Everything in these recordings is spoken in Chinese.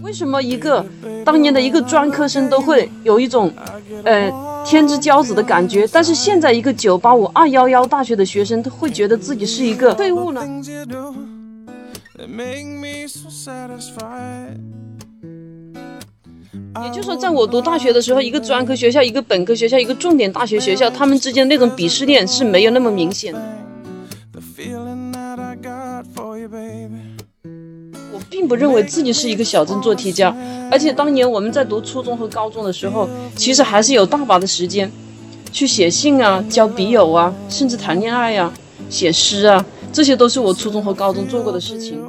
为什么一个当年的一个专科生都会有一种天之骄子的感觉，但是现在一个985、211大学的学生都会觉得自己是一个废物呢？也就是说，在我读大学的时候，一个专科学校、一个本科学校、一个重点大学学校，他们之间那种鄙视链是没有那么明显的。我并不认为自己是一个小镇做题家，而且当年我们在读初中和高中的时候，其实还是有大把的时间去写信啊、交笔友啊，甚至谈恋爱啊、写诗啊，这些都是我初中和高中做过的事情。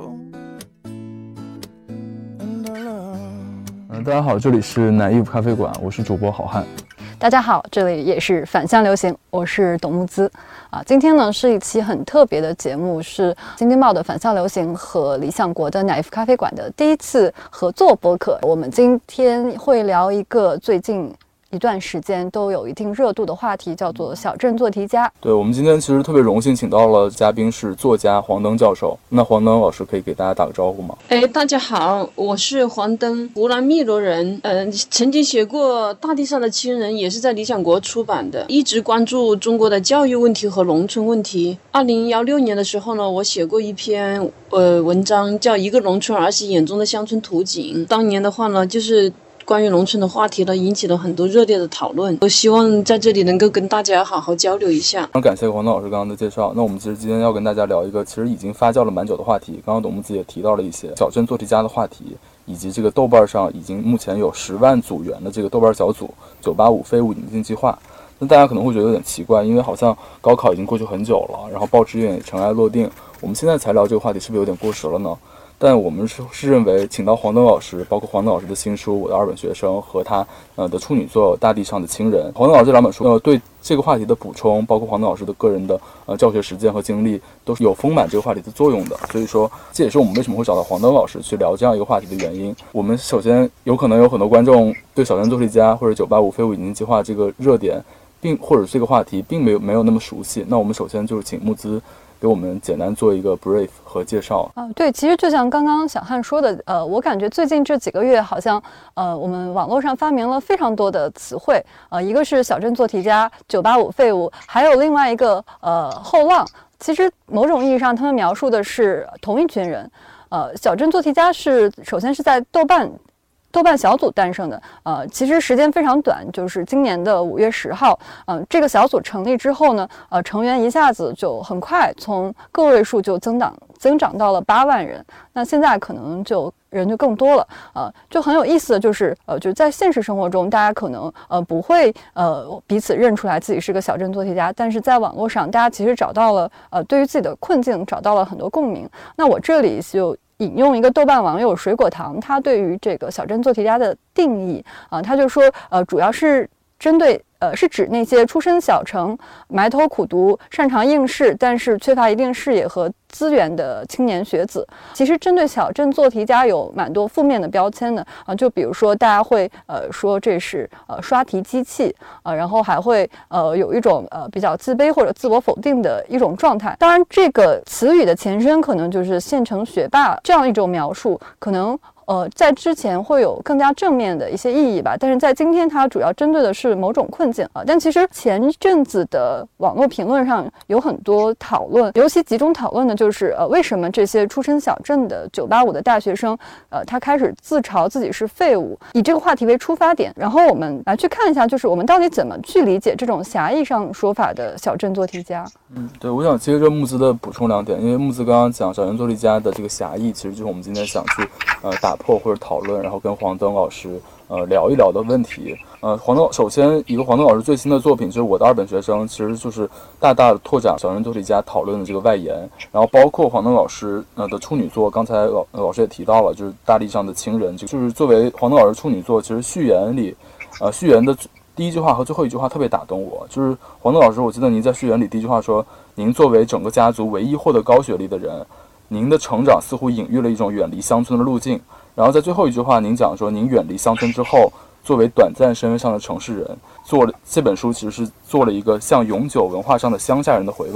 大家好，这里是naive咖啡馆，我是主播好汉。 大家好，这里也是返乡流行，我是董木姿。今天呢是一期很特别的节目，是新京报的返乡流行和理想国的naive咖啡馆的第一次合作播客。我们今天会聊一个最近一段时间都有一定热度的话题，叫做小镇做题家。 对，我们今天其实特别荣幸请到了嘉宾是作家黄登教授。那黄登老师可以给大家打个招呼吗？ 大家好，我是黄登，湖南汨罗人。曾经写过《大地上的亲人》，也是在理想国出版的，一直关注中国的教育问题和农村问题。2016年的时候呢，我写过一篇文章，叫《一个农村儿媳眼中的乡村图景》。当年的话呢，就是关于农村的话题呢，引起了很多热烈的讨论。我希望在这里能够跟大家好好交流一下。 非常感谢黄登老师刚刚的介绍。那我们其实今天要跟大家聊一个其实已经发酵了蛮久的话题。刚刚董木子也提到了一些小镇做题家的话题，以及这个豆瓣上已经目前有10万组员的这个豆瓣小组985废物引进计划。那大家可能会觉得有点奇怪，因为好像高考已经过去很久了，然后报志愿也尘埃落定，我们现在才聊这个话题，是不是有点过时了呢？但我们是认为，请到黄登老师，包括黄登老师的新书《我的2本学生》和他的处女作《大地上的亲人》，黄登老师这2本书对这个话题的补充，包括黄登老师的个人的教学实践和经历，都是有丰满这个话题的作用的。所以说，这也是我们为什么会找到黄登老师去聊这样一个话题的原因。我们首先有可能有很多观众对小镇做题家或者985废物引进计划这个热点，或者这个话题并没有那么熟悉。那我们首先就是请木姿给我们简单做一个 brief 和介绍。 对，其实就像刚刚小汉说的，我感觉最近这几个月好像我们网络上发明了非常多的词汇，一个是小镇做题家、985废物，还有另外一个后浪。其实某种意义上，他们描述的是同一群人。小镇做题家首先是在豆瓣小组诞生的，其实时间非常短，就是今年的5月10号，这个小组成立之后呢，成员一下子就很快从个位数就增长到了8万人，那现在可能人就更多了，就很有意思的就是在现实生活中，大家可能不会彼此认出来自己是个小镇做题家，但是在网络上，大家其实找到了对于自己的困境找到了很多共鸣。那我这里就引用一个豆瓣网友水果糖他对于这个小镇做题家的定义他就说主要是针对是指那些出身小城、埋头苦读、擅长应试，但是缺乏一定视野和资源的青年学子。其实针对小镇做题家有蛮多负面的标签的就比如说大家会说这是刷题机器然后还会有一种比较自卑或者自我否定的一种状态。当然，这个词语的前身可能就是县城学霸这样一种描述，可能在之前会有更加正面的一些意义吧，但是在今天它主要针对的是某种困境但其实前阵子的网络评论上有很多讨论，尤其集中讨论的就是为什么这些出身小镇的985的大学生他开始自嘲自己是废物，以这个话题为出发点，然后我们来去看一下，就是我们到底怎么去理解这种狭义上说法的小镇做题家。 对，我想接着木姿的补充2点，因为木姿刚刚讲小镇做题家的这个狭义，其实就是我们今天想去打破或者讨论，然后跟黄登老师聊一聊的问题。首先一个黄登老师最新的作品就是我的2本学生，其实就是大大的拓展小镇做题家讨论的这个外延，然后包括黄登老师的处女作，刚才老师也提到了，就是大地上的亲人，就是作为黄登老师处女作，其实序言的第一句话和最后一句话特别打动我，就是黄登老师，我记得您在序言里第一句话说，您作为整个家族唯一获得高学历的人，您的成长似乎隐喻了一种远离乡村的路径。然后在最后一句话，您讲说，您远离乡村之后，作为短暂身份上的城市人，这本书其实是做了一个向永久文化上的乡下人的回望。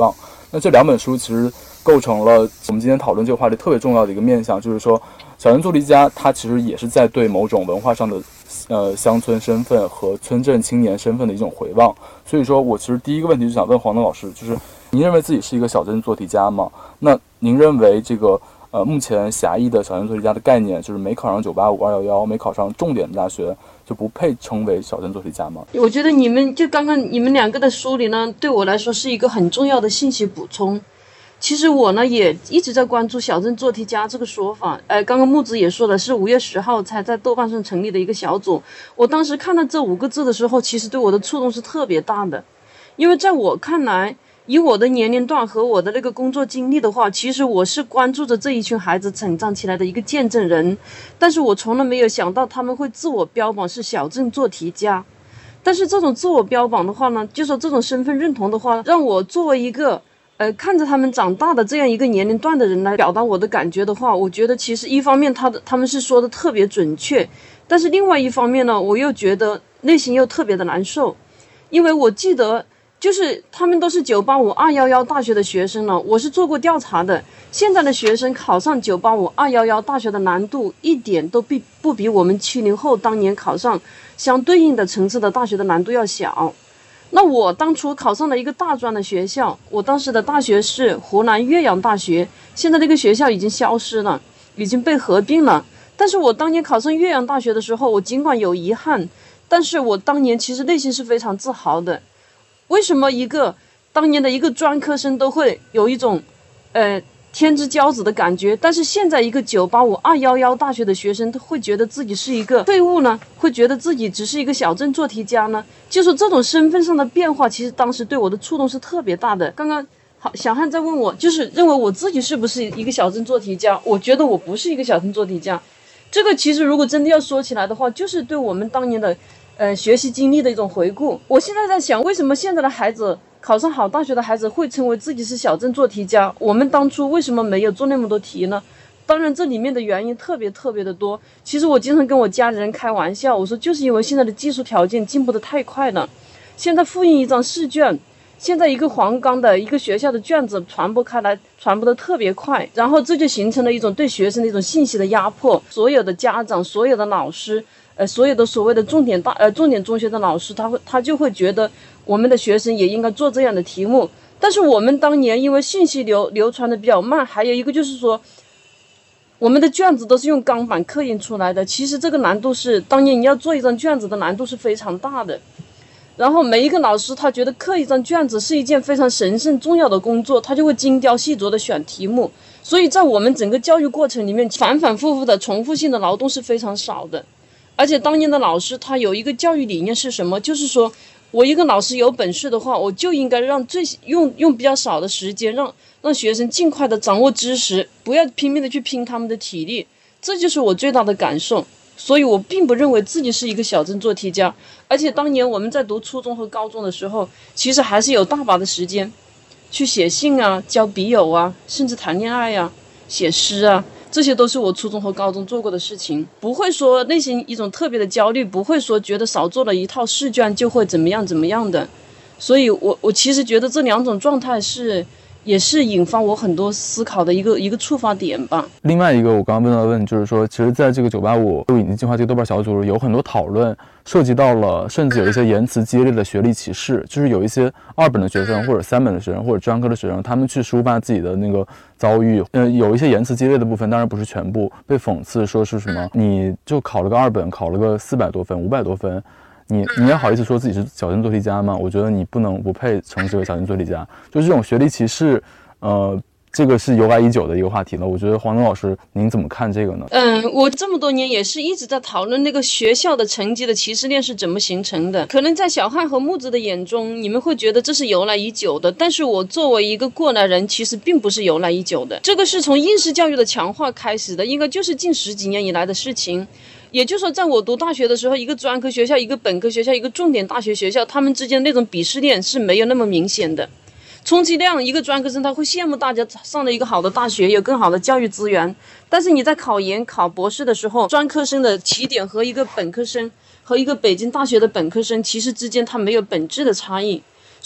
那这2本书其实构成了我们今天讨论这个话题特别重要的一个面向，就是说小镇做题家他其实也是在对某种文化上的乡村身份和村镇青年身份的一种回望。所以说我其实第一个问题就想问黄登老师，就是您认为自己是一个小镇做题家吗？那您认为这个目前狭义的小镇做题家的概念，就是没考上985、211，没考上重点大学，就不配称为小镇做题家吗？ 我觉得刚刚你们2个的梳理呢，对我来说是一个很重要的信息补充。其实我呢也一直在关注小镇做题家这个说法。刚刚木子也说了，是5月10号才在豆瓣上成立的一个小组。我当时看到这5个字的时候，其实对我的触动是特别大的，因为在我看来，以我的年龄段和我的那个工作经历的话，其实我是关注着这一群孩子成长起来的一个见证人，但是我从来没有想到他们会自我标榜是小镇做题家。但是这种自我标榜的话呢，就说这种身份认同的话，让我作为一个看着他们长大的这样一个年龄段的人来表达我的感觉的话，我觉得其实一方面他们是说的特别准确，但是另外一方面呢，我又觉得内心又特别的难受。因为我记得就是他们都是985、211大学的学生了，我是做过调查的，现在的学生考上985、211大学的难度一点都不比我们70后当年考上相对应的层次的大学的难度要小。那我当初考上了一个大专的学校，我当时的大学是湖南岳阳大学，现在这个学校已经消失了，已经被合并了。但是我当年考上岳阳大学的时候，我尽管有遗憾，但是我当年其实内心是非常自豪的。为什么当年的一个专科生都会有一种天之骄子的感觉，但是现在一个985、211大学的学生，他会觉得自己是一个废物呢？会觉得自己只是一个小镇做题家呢？就是这种身份上的变化，其实当时对我的触动是特别大的。刚刚小汉在问我，就是认为我自己是不是一个小镇做题家？我觉得我不是一个小镇做题家。这个其实如果真的要说起来的话，就是对我们当年的学习经历的一种回顾。我现在在想，为什么现在的孩子考上好大学的孩子会称为自己是小镇做题家？我们当初为什么没有做那么多题呢？当然这里面的原因特别的多。其实我经常跟我家里人开玩笑，我说就是因为现在的技术条件进步的太快了，现在复印一张试卷，现在一个黄冈的一个学校的卷子传播开来，传播的特别快，然后这就形成了一种对学生的一种信息的压迫。所有的家长，所有的老师，所有的所谓的重点中学的老师，他就会觉得我们的学生也应该做这样的题目。但是我们当年因为信息流传的比较慢，还有一个就是说我们的卷子都是用钢板刻印出来的，其实这个难度是当年你要做一张卷子的难度是非常大的。然后每一个老师他觉得刻一张卷子是一件非常神圣重要的工作，他就会精雕细琢的选题目。所以在我们整个教育过程里面，反反复复的重复性的劳动是非常少的。而且当年的老师他有一个教育理念是什么，就是说我一个老师有本事的话，我就应该让用比较少的时间让学生尽快的掌握知识，不要拼命的去拼他们的体力。这就是我最大的感受。所以我并不认为自己是一个小镇做题家。而且当年我们在读初中和高中的时候，其实还是有大把的时间去写信啊，交笔友啊，甚至谈恋爱啊，写诗啊，这些都是我初中和高中做过的事情。不会说内心一种特别的焦虑，不会说觉得少做了一套试卷就会怎么样的。所以我其实觉得这2种状态也是引发我很多思考的一个触发点吧。 另外一个我刚刚问到的问题就是说，其实在这个985都引进计划这个豆瓣小组有很多讨论，涉及到了甚至有一些言辞激烈的学历歧视，就是有一些2本的学生或者3本的学生或者专科的学生，他们去抒发自己的那个遭遇，有一些言辞激烈的部分，当然不是全部，被讽刺说是什么你就考了个2本，考了个400多分500多分，你也好意思说自己是小镇做题家吗？我觉得你不配称之为小镇做题家。就是这种学历歧视，这个是由来已久的一个话题了。我觉得黄登老师您怎么看这个呢？ 我这么多年也是一直在讨论那个学校的成绩的歧视链是怎么形成的。可能在小汉和木子的眼中，你们会觉得这是由来已久的，但是我作为一个过来人，其实并不是由来已久的。这个是从应试教育的强化开始的，应该就是近10几年以来的事情。也就是说，在我读大学的时候，一个专科学校、一个本科学校、一个重点大学学校，他们之间那种鄙视链是没有那么明显的。充其量一个专科生他会羡慕大家上了一个好的大学，有更好的教育资源，但是你在考研考博士的时候，专科生的起点和一个本科生和一个北京大学的本科生其实之间它没有本质的差异。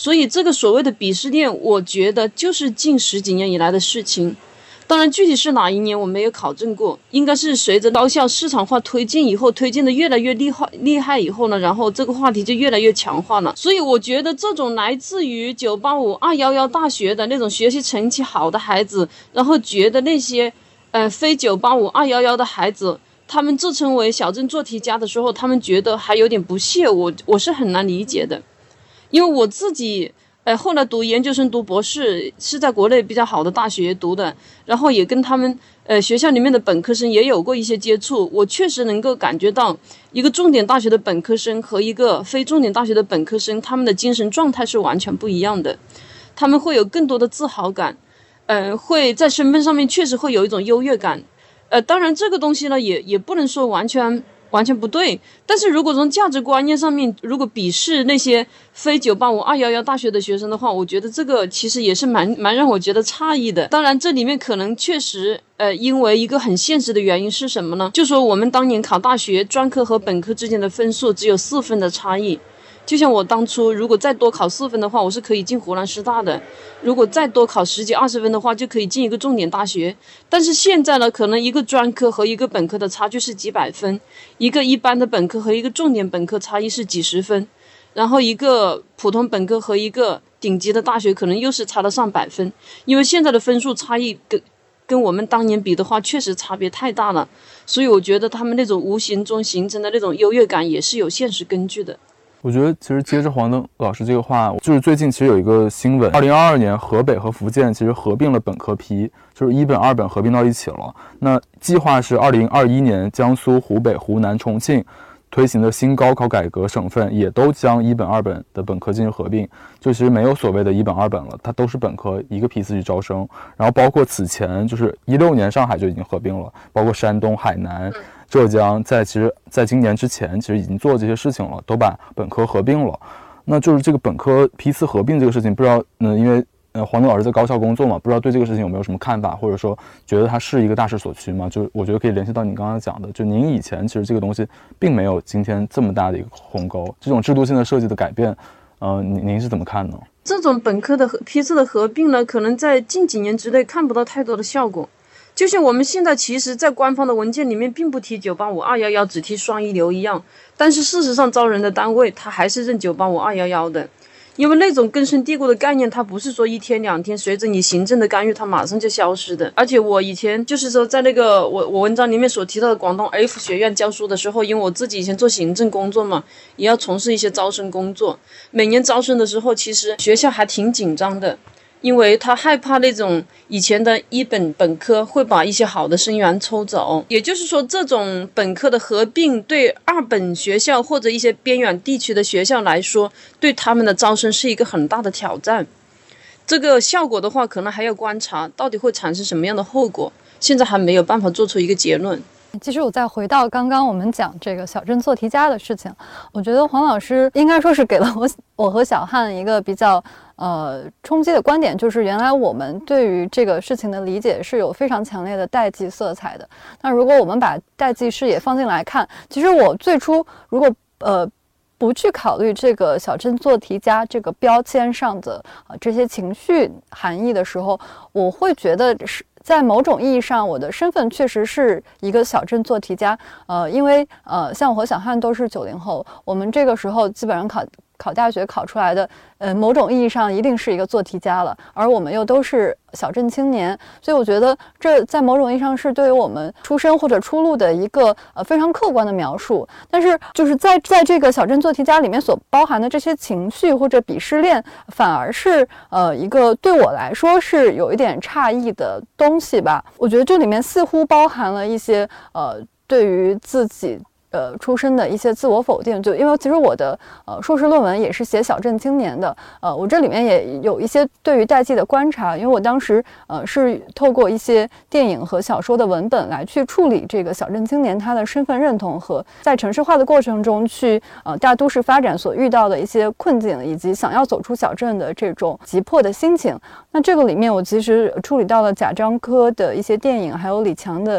所以这个所谓的鄙视链，我觉得就是近10几年以来的事情。当然具体是哪一年我没有考证过，应该是随着高校市场化推进以后，推进的越来越厉害以后呢，然后这个话题就越来越强化了。所以我觉得这种来自于985、211大学的那种学习成绩好的孩子，然后觉得那些非985、211的孩子，他们自称为小镇做题家的时候，他们觉得还有点不屑，我是很难理解的。因为我自己后来读研究生读博士是在国内比较好的大学读的，然后也跟他们学校里面的本科生也有过一些接触，我确实能够感觉到一个重点大学的本科生和一个非重点大学的本科生，他们的精神状态是完全不一样的。他们会有更多的自豪感，会在身份上面确实会有一种优越感。当然这个东西呢也不能说完全不对，但是如果从价值观念上面，如果鄙视那些非985、211大学的学生的话，我觉得这个其实也是蛮让我觉得诧异的。当然这里面可能确实因为一个很现实的原因是什么呢？就说我们当年考大学专科和本科之间的分数只有4分的差异，就像我当初如果再多考4分的话，我是可以进湖南师大的，如果再多考10几20分的话，就可以进一个重点大学。但是现在呢，可能一个专科和一个本科的差距是几百分，一个一般的本科和一个重点本科差异是几十分，然后一个普通本科和一个顶级的大学可能又是差了上百分。因为现在的分数差异跟我们当年比的话，确实差别太大了，所以我觉得他们那种无形中形成的那种优越感也是有现实根据的。 我觉得其实接着黄登老师这个话，就是最近其实有一个新闻，2022年河北和福建其实合并了本科批，就是1本2本合并到一起了。那计划是2021年江苏、湖北、湖南、重庆推行的新高考改革省份也都将1本2本的本科进行合并，就其实没有所谓的1本2本了，它都是本科一个批次去招生。然后包括此前就是16年上海就已经合并了，包括山东、海南、浙江在今年之前其实已经做这些事情了，都把本科合并了。那就是这个本科批次合并这个事情，不知道因为黄登老师在高校工作嘛，不知道对这个事情有没有什么看法，或者说觉得它是一个大势所趋吗？就我觉得可以联系到你刚刚讲的，就您以前其实这个东西并没有今天这么大的一个鸿沟，这种制度性的设计的改变，您是怎么看呢？ 这种本科的批次的合并呢，可能在近几年之内看不到太多的效果。就像我们现在其实在官方的文件里面并不提985、211，只提双一流一样，但是事实上招人的单位他还是认985、211的。因为那种根深蒂固的概念，它不是说1天2天随着你行政的干预它马上就消失的。而且我以前就是说在那个我文章里面所提到的广东 F 学院教书的时候，因为我自己以前做行政工作嘛，也要从事一些招生工作，每年招生的时候其实学校还挺紧张的，因为他害怕那种以前的1本本科会把一些好的生源抽走。也就是说这种本科的合并对2本学校或者一些边远地区的学校来说，对他们的招生是一个很大的挑战。这个效果的话可能还要观察到底会产生什么样的后果，现在还没有办法做出一个结论。 其实我再回到刚刚我们讲这个小镇做题家的事情，我觉得黄老师应该说是给了我和小汉一个比较冲击的观点，就是原来我们对于这个事情的理解是有非常强烈的代际色彩的。那如果我们把代际视野放进来看，其实我最初如果不去考虑这个小镇做题家这个标签上的这些情绪含义的时候，我会觉得是在某种意义上我的身份确实是一个小镇做题家。因为像我和小汉都是90后，我们这个时候基本上考大学考出来的，某种意义上一定是一个做题家了，而我们又都是小镇青年，所以我觉得这在某种意义上是对于我们出身或者出路的一个非常客观的描述。但是就是在这个小镇做题家里面所包含的这些情绪或者鄙视链，反而是一个对我来说是有一点诧异的东西吧。我觉得这里面似乎包含了一些对于自己出身的一些自我否定。就因为其实我的硕士论文也是写小镇青年的，我这里面也有一些对于代际的观察，因为我当时是透过一些电影和小说的文本来去处理这个小镇青年他的身份认同和在城市化的过程中去大都市发展所遇到的一些困境，以及想要走出小镇的这种急迫的心情。那这个里面我其实处理到了贾樟柯的一些电影，还有李强的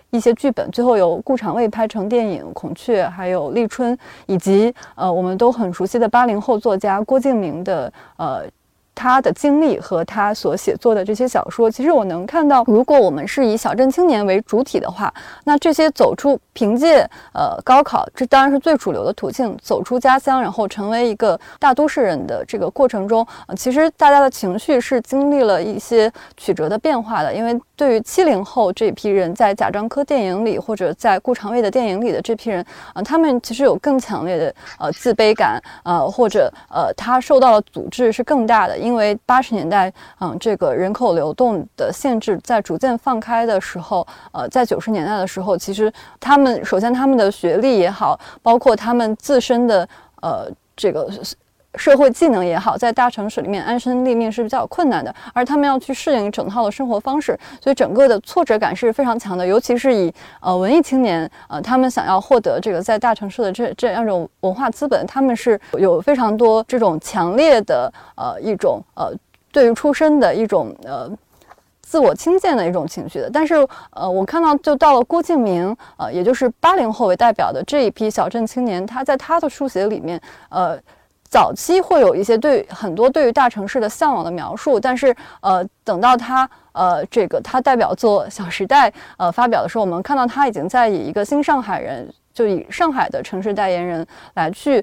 一些剧本，最后由顾长卫拍成电影《孔雀》，还有《立春》，以及我们都很熟悉的80后作家郭敬明的他的经历和他所写作的这些小说，其实我能看到，如果我们是以小镇青年为主体的话，那这些凭借高考，这当然是最主流的途径，走出家乡，然后成为一个大都市人的这个过程中，其实大家的情绪是经历了一些曲折的变化的。因为对于70后这批人，在贾樟柯电影里或者在顾长卫的电影里的这批人，他们其实有更强烈的自卑感，或者他受到的阻滞是更大的。因为80年代，这个人口流动的限制在逐渐放开的时候，在90年代的时候，其实首先他们的学历也好，包括他们自身的这个社会技能也好，在大城市里面安身立命是比较困难的，而他们要去适应一整套的生活方式，所以整个的挫折感是非常强的。尤其是以文艺青年，他们想要获得这个在大城市的这样一种文化资本，他们是有非常多这种强烈的一种对于出身的一种自我轻贱的一种情绪的。但是我看到就到了郭敬明，也就是80后为代表的这一批小镇青年，他在他的书写里面早期会有一些很多对于大城市的向往的描述，但是等到他他代表作《小时代》发表的时候，我们看到他已经在以一个新上海人，就以上海的城市代言人来去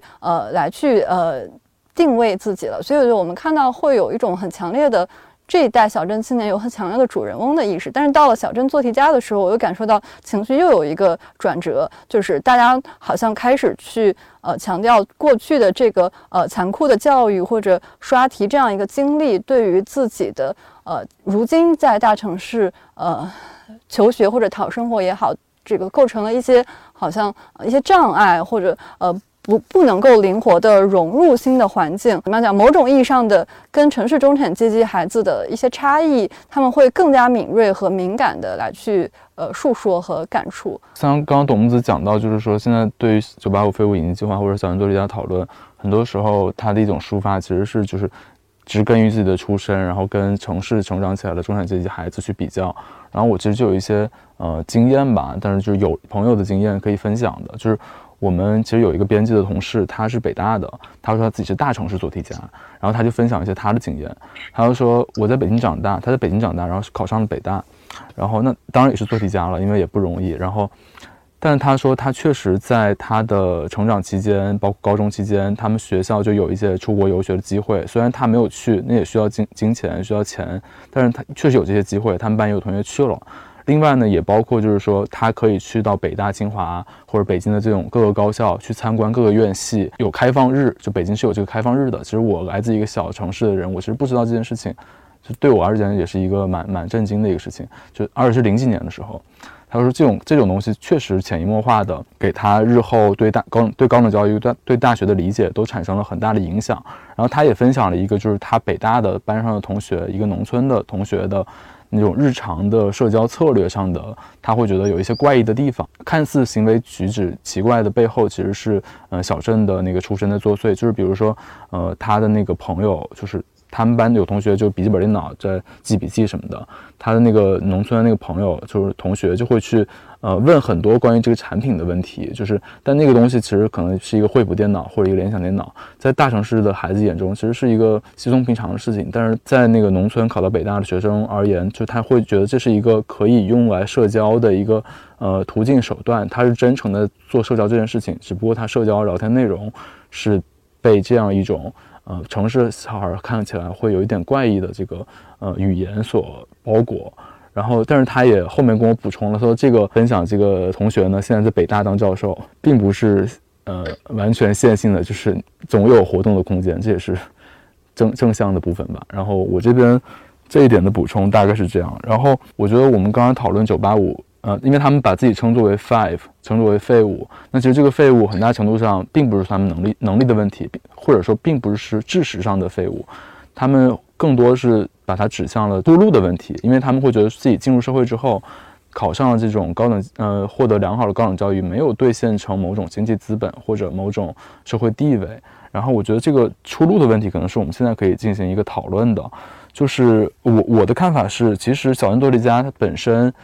定位自己了。所以我们看到会有一种很强烈的这一代小镇青年有很强烈的主人翁的意识，但是到了小镇做题家的时候，我又感受到情绪又有一个转折，就是大家好像开始去强调过去的这个残酷的教育或者刷题这样一个经历对于自己的如今在大城市求学或者讨生活也好，这个构成了一些好像一些障碍，或者不能够灵活的融入新的环境。怎么样讲？某种意义上的跟城市中产阶级孩子的一些差异，他们会更加敏锐和敏感的来去述说和感触。 像刚刚董木子讲到，就是说现在对于985废物引进计划或者小镇做题家讨论，很多时候它的一种抒发其实是就是植根于自己的出身，然后跟城市成长起来的中产阶级孩子去比较。然后我其实就有一些经验吧，但是就是有朋友的经验可以分享的，就是我们其实有一个编辑的同事，他是北大的，他说他自己是大城市做题家，然后他就分享一些他的经验。他就说我在北京长大，他在北京长大，然后考上了北大，然后那当然也是做题家了，因为也不容易。然后但是他说他确实在他的成长期间，包括高中期间，他们学校就有一些出国游学的机会，虽然他没有去，那也需要金钱，需要钱，但是他确实有这些机会，他们班也有同学去了。另外呢，也包括就是说他可以去到北大、清华或者北京的这种各个高校去参观各个院系，有开放日，就北京是有这个开放日的。其实我来自一个小城市的人，我其实不知道这件事情，就对我而言也是一个蛮震惊的一个事情。就而且是00几年的时候，他说这种东西确实潜移默化的给他日后对高等教育对大学的理解都产生了很大的影响。然后他也分享了一个就是他北大的班上的同学，一个农村的同学的那种日常的社交策略上的，他会觉得有一些怪异的地方，看似行为举止奇怪的背后，其实是小镇的那个出身的作祟。就是比如说他的那个朋友，就是他们班有同学就笔记本电脑在记笔记什么的，他的那个农村的那个朋友就是同学就会去问很多关于这个产品的问题，就是但那个东西其实可能是一个惠普电脑或者一个联想电脑，在大城市的孩子眼中其实是一个稀松平常的事情，但是在那个农村考到北大的学生而言，就他会觉得这是一个可以用来社交的一个途径手段，他是真诚的做社交这件事情，只不过他社交聊天内容是被这样一种城市小孩看起来会有一点怪异的这个语言所包裹。然后但是他也后面跟我补充了，说这个分享这个同学呢现在在北大当教授，并不是完全线性的，就是总有活动的空间，这也是正向的部分吧。然后我这边这一点的补充大概是这样。然后我觉得我们刚刚讨论985因为他们把自己称作为 five， 称作为废物，那其实这个废物很大程度上并不是他们能力的问题，或者说并不是知识上的废物，他们更多是把它指向了出路的问题，因为他们会觉得自己进入社会之后，考上了这种获得良好的高等教育，没有兑现成某种经济资本或者某种社会地位。然后我觉得这个出路的问题，可能是我们现在可以进行一个讨论的。就是我的看法是，其实小镇做题家它本身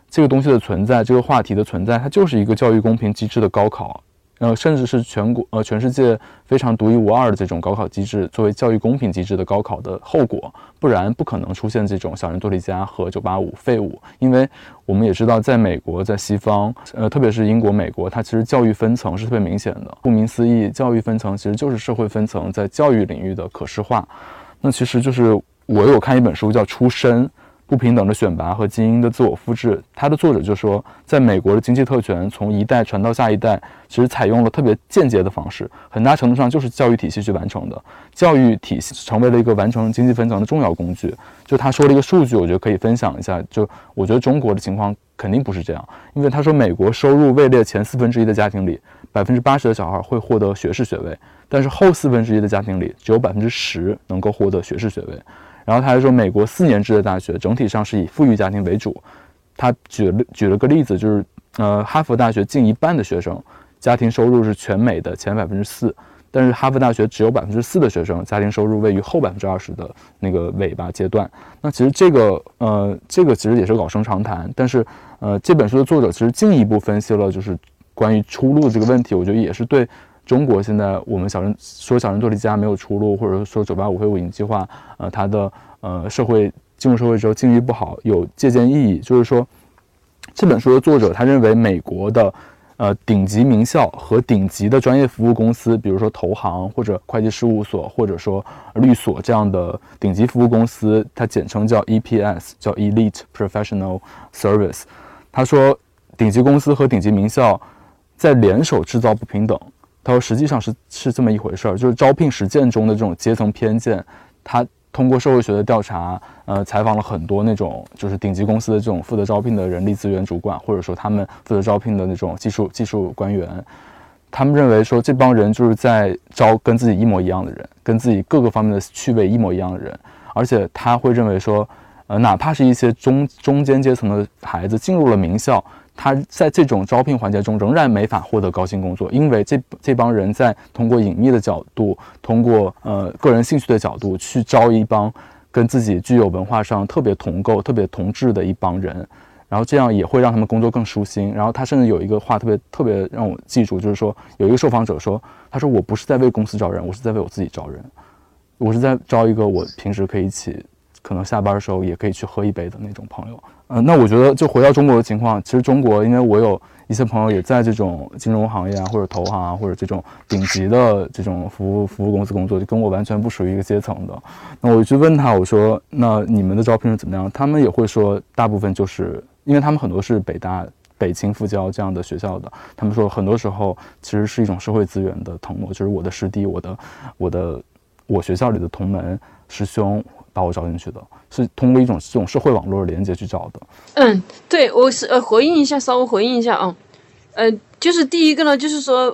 这个东西的存在，这个话题的存在，它就是一个教育公平机制的高考，甚至是全世界非常独一无二的这种高考机制，作为教育公平机制的高考的后果，不然不可能出现这种小人做题家和985废物。因为我们也知道，在美国，在西方，特别是英国、美国，它其实教育分层是特别明显的。顾名思义，教育分层其实就是社会分层在教育领域的可视化。那其实就是我有看一本书叫《出身：不平等的选拔和精英的自我复制》，它的作者就说，在美国的经济特权从一代传到下一代，其实采用了特别间接的方式，很大程度上就是教育体系去完成的。教育体系成为了一个完成经济分层的重要工具。就他说了一个数据，我觉得可以分享一下。就我觉得中国的情况肯定不是这样，因为他说美国收入位列前1/4的家庭里，80%的小孩会获得学士学位，但是后1/4的家庭里只有10%能够获得学士学位。然后他还说，美国4年制的大学整体上是以富裕家庭为主。他举了个例子，就是哈佛大学近一半的学生家庭收入是全美的前4%，但是哈佛大学只有4%的学生家庭收入位于后20%的那个尾巴阶段。那其实这个其实也是老生常谈，但是这本书的作者其实进一步分析了就是关于出路这个问题，我觉得也是对中国现在我们小人做题家没有出路，或者说985废物营计划，它的进入社会之后境遇不好，有借鉴意义。就是说，这本书的作者他认为美国的顶级名校和顶级的专业服务公司，比如说投行或者会计事务所或者说律所这样的顶级服务公司，它简称叫 EPS， 叫 Elite Professional Service。他说，顶级公司和顶级名校在联手制造不平等。他说实际上是这么一回事儿，就是招聘实践中的这种阶层偏见。他通过社会学的调查，采访了很多那种就是顶级公司的这种负责招聘的人力资源主管，或者说他们负责招聘的那种技术官员。他们认为说这帮人就是在招跟自己一模一样的人，跟自己各个方面的趣味一模一样的人，而且他会认为说，哪怕是一些中间阶层的孩子进入了名校，他在这种招聘环节中仍然没法获得高薪工作，因为这帮人在通过隐秘的角度，通过个人兴趣的角度去招一帮跟自己具有文化上特别同构、特别同质的一帮人，然后这样也会让他们工作更舒心。然后他甚至有一个话特别让我记住，就是说有一个受访者说，他说我不是在为公司招人，我是在为我自己招人，我是在招一个我平时可以一起可能下班的时候也可以去喝一杯的那种朋友。那我觉得就回到中国的情况，其实中国因为我有一些朋友也在这种金融行业啊，或者投行啊，或者这种顶级的这种服务公司工作，就跟我完全不属于一个阶层的。那我就问他，我说那你们的招聘是怎么样？他们也会说大部分就是因为他们很多是北大、北清、复交这样的学校的，他们说很多时候其实是一种社会资源的腾挪，就是我的师弟、我学校里的同门师兄把我招进去的，是通过这种社会网络的连接去找的。 对，我是稍微回应一下啊，就是第一个呢，就是说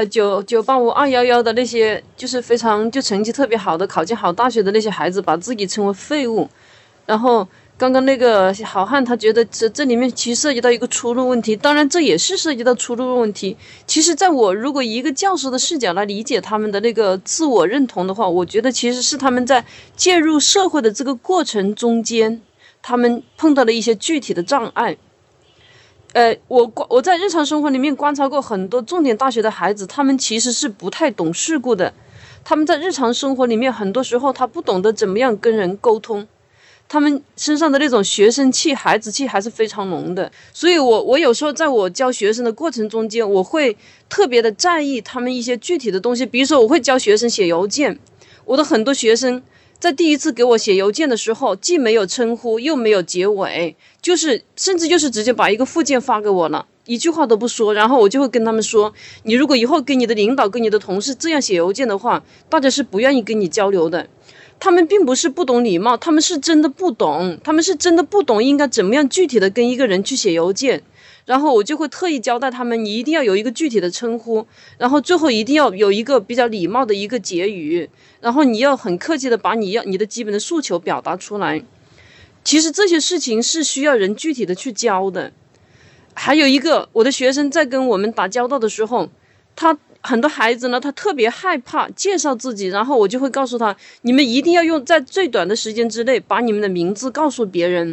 985、211的那些，就是非常就成绩特别好的、考进好大学的那些孩子，把自己称为废物，然后。刚刚那个好汉他觉得这里面其实涉及到一个出路问题，当然这也是涉及到出路问题。其实在我如果以一个教师的视角来理解他们的那个自我认同的话，我觉得其实是他们在介入社会的这个过程中间，他们碰到了一些具体的障碍。我在日常生活里面观察过很多重点大学的孩子，他们其实是不太懂世故的，他们在日常生活里面很多时候他不懂得怎么样跟人沟通。他们身上的那种学生气、孩子气还是非常浓的，所以我有时候在我教学生的过程中间，我会特别的在意他们一些具体的东西。比如说，我会教学生写邮件，我的很多学生在第一次给我写邮件的时候，既没有称呼，又没有结尾，甚至就是直接把一个附件发给我了，一句话都不说。然后我就会跟他们说，你如果以后跟你的领导、跟你的同事这样写邮件的话，大家是不愿意跟你交流的。他们并不是不懂礼貌，他们是真的不懂，应该怎么样具体的跟一个人去写邮件。然后我就会特意交代他们，你一定要有一个具体的称呼，然后最后一定要有一个比较礼貌的一个结语，然后你要很客气的把你的基本的诉求表达出来。其实这些事情是需要人具体的去教的。还有一个，我的学生在跟我们打交道的时候，很多孩子呢，他特别害怕介绍自己，然后我就会告诉他，你们一定要用在最短的时间之内把你们的名字告诉别人，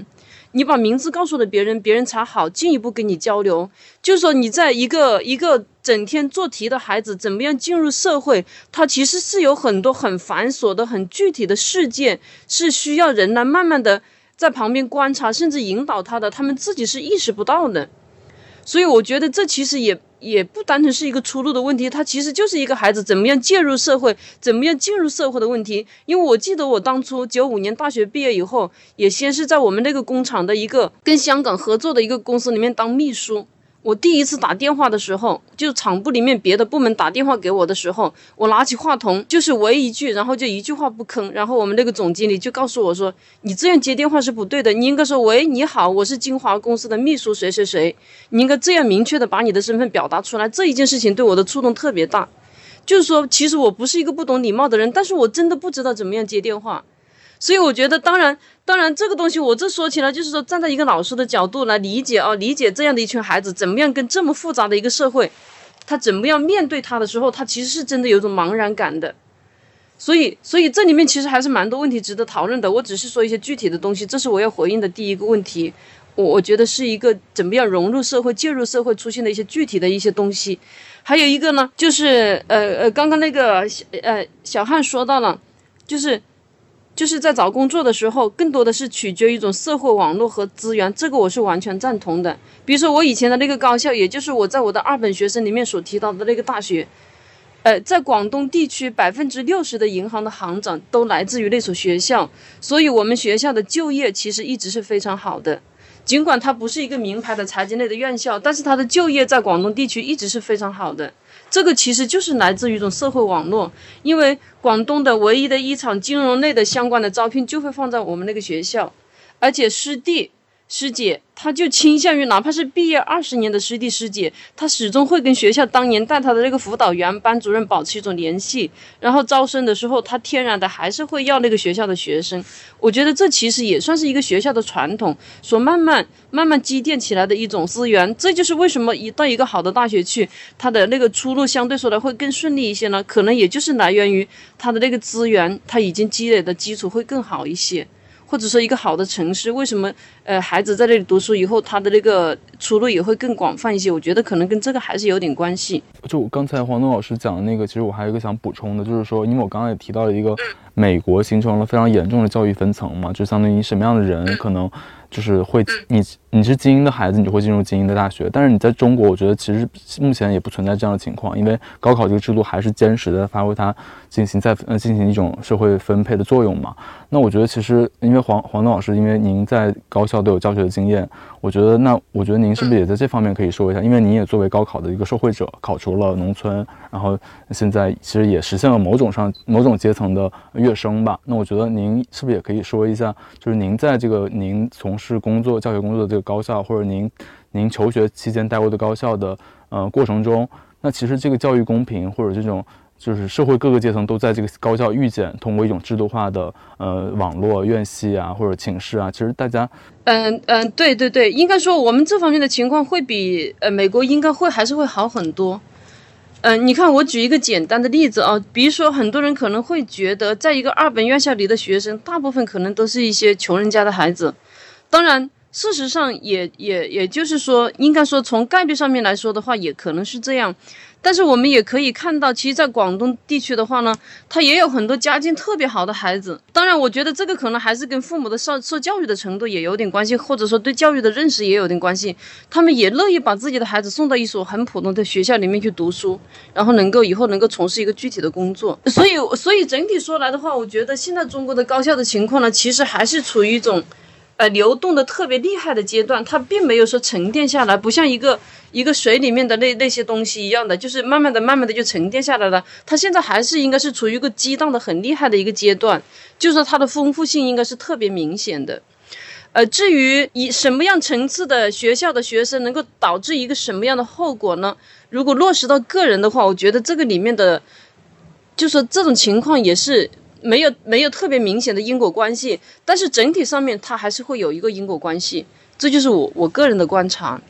你把名字告诉了别人，别人才好进一步跟你交流。就是说你在一个整天做题的孩子怎么样进入社会，他其实是有很多很繁琐的很具体的事件，是需要人来慢慢的在旁边观察甚至引导他的，他们自己是意识不到的。所以我觉得这其实也不单纯是一个出路的问题，它其实就是一个孩子怎么样介入社会，怎么样进入社会的问题。因为我记得我当初95年大学毕业以后，也先是在我们那个工厂的一个跟香港合作的一个公司里面当秘书。我第一次打电话的时候，就厂部里面别的部门打电话给我的时候，我拿起话筒就是喂一句，然后就一句话不吭，然后我们那个总经理就告诉我说，你这样接电话是不对的，你应该说喂你好，我是金华公司的秘书谁谁谁，你应该这样明确的把你的身份表达出来。这一件事情对我的触动特别大，就是说其实我不是一个不懂礼貌的人，但是我真的不知道怎么样接电话。所以我觉得当然这个东西我这说起来就是说站在一个老师的角度来理解这样的一群孩子怎么样跟这么复杂的一个社会，他怎么样面对他的时候，他其实是真的有种茫然感的。所以这里面其实还是蛮多问题值得讨论的，我只是说一些具体的东西，这是我要回应的第一个问题。我觉得是一个怎么样融入社会介入社会出现的一些具体的一些东西。还有一个呢就是刚刚那个小汉说到了，就是在找工作的时候更多的是取决于一种社会网络和资源，这个我是完全赞同的。比如说我以前的那个高校，也就是我在我的二本学生里面所提到的那个大学，在广东地区60%的银行的行长都来自于那所学校，所以我们学校的就业其实一直是非常好的。尽管它不是一个名牌的财经类的院校，但是它的就业在广东地区一直是非常好的。这个其实就是来自于一种社会网络，因为广东的唯一的一场金融类的相关的招聘就会放在我们那个学校，而且师弟师姐他就倾向于哪怕是毕业20年的师弟师姐，他始终会跟学校当年带他的那个辅导员班主任保持一种联系，然后招生的时候他天然的还是会要那个学校的学生。我觉得这其实也算是一个学校的传统所慢慢积淀起来的一种资源。这就是为什么到一个好的大学去，他的那个出路相对说来会更顺利一些呢，可能也就是来源于他的那个资源他已经积累的基础会更好一些。或者说一个好的城市，为什么孩子在这里读书以后他的那个出路也会更广泛一些，我觉得可能跟这个还是有点关系。 就刚才黄东老师讲的那个，其实我还有一个想补充的，就是说因为我刚刚也提到了一个美国形成了非常严重的教育分层嘛，就相当于什么样的人可能就是会你是精英的孩子，你就会进入精英的大学。但是你在中国，我觉得其实目前也不存在这样的情况，因为高考这个制度还是坚实的发挥它进行一种社会分配的作用嘛。那我觉得其实因为黄东老师，因为您在高校都有教学的经验，我觉得您是不是也在这方面可以说一下？因为您也作为高考的一个受惠者，考出了农村，然后现在其实也实现了某种阶层的跃升吧。那我觉得您是不是也可以说一下，就是您在这个您从事教学工作的这个高校，或者您求学期间待过的高校的过程中，那其实这个教育公平或者这种就是社会各个阶层都在这个高校遇见，通过一种制度化的网络院系啊或者寝室啊，其实大家对，应该说我们这方面的情况会比美国应该还是会好很多。你看我举一个简单的例子啊，比如说很多人可能会觉得在一个二本院校里的学生大部分可能都是一些穷人家的孩子，当然事实上也就是说应该说从概率上面来说的话也可能是这样。但是我们也可以看到，其实在广东地区的话呢，他也有很多家境特别好的孩子。当然我觉得这个可能还是跟父母的受教育的程度也有点关系，或者说对教育的认识也有点关系。他们也乐意把自己的孩子送到一所很普通的学校里面去读书，然后以后能够从事一个具体的工作。所以整体说来的话，我觉得现在中国的高校的情况呢，其实还是处于一种流动的特别厉害的阶段，它并没有说沉淀下来，不像一个水里面的那些东西一样的，就是慢慢的就沉淀下来了。它现在还是应该是处于一个激荡的很厉害的一个阶段，就是说它的丰富性应该是特别明显的。至于以什么样层次的学校的学生能够导致一个什么样的后果呢？如果落实到个人的话，我觉得这个里面的就是说这种情况也是没有特别明显的因果关系，但是整体上面它还是会有一个因果关系，这就是我个人的观察。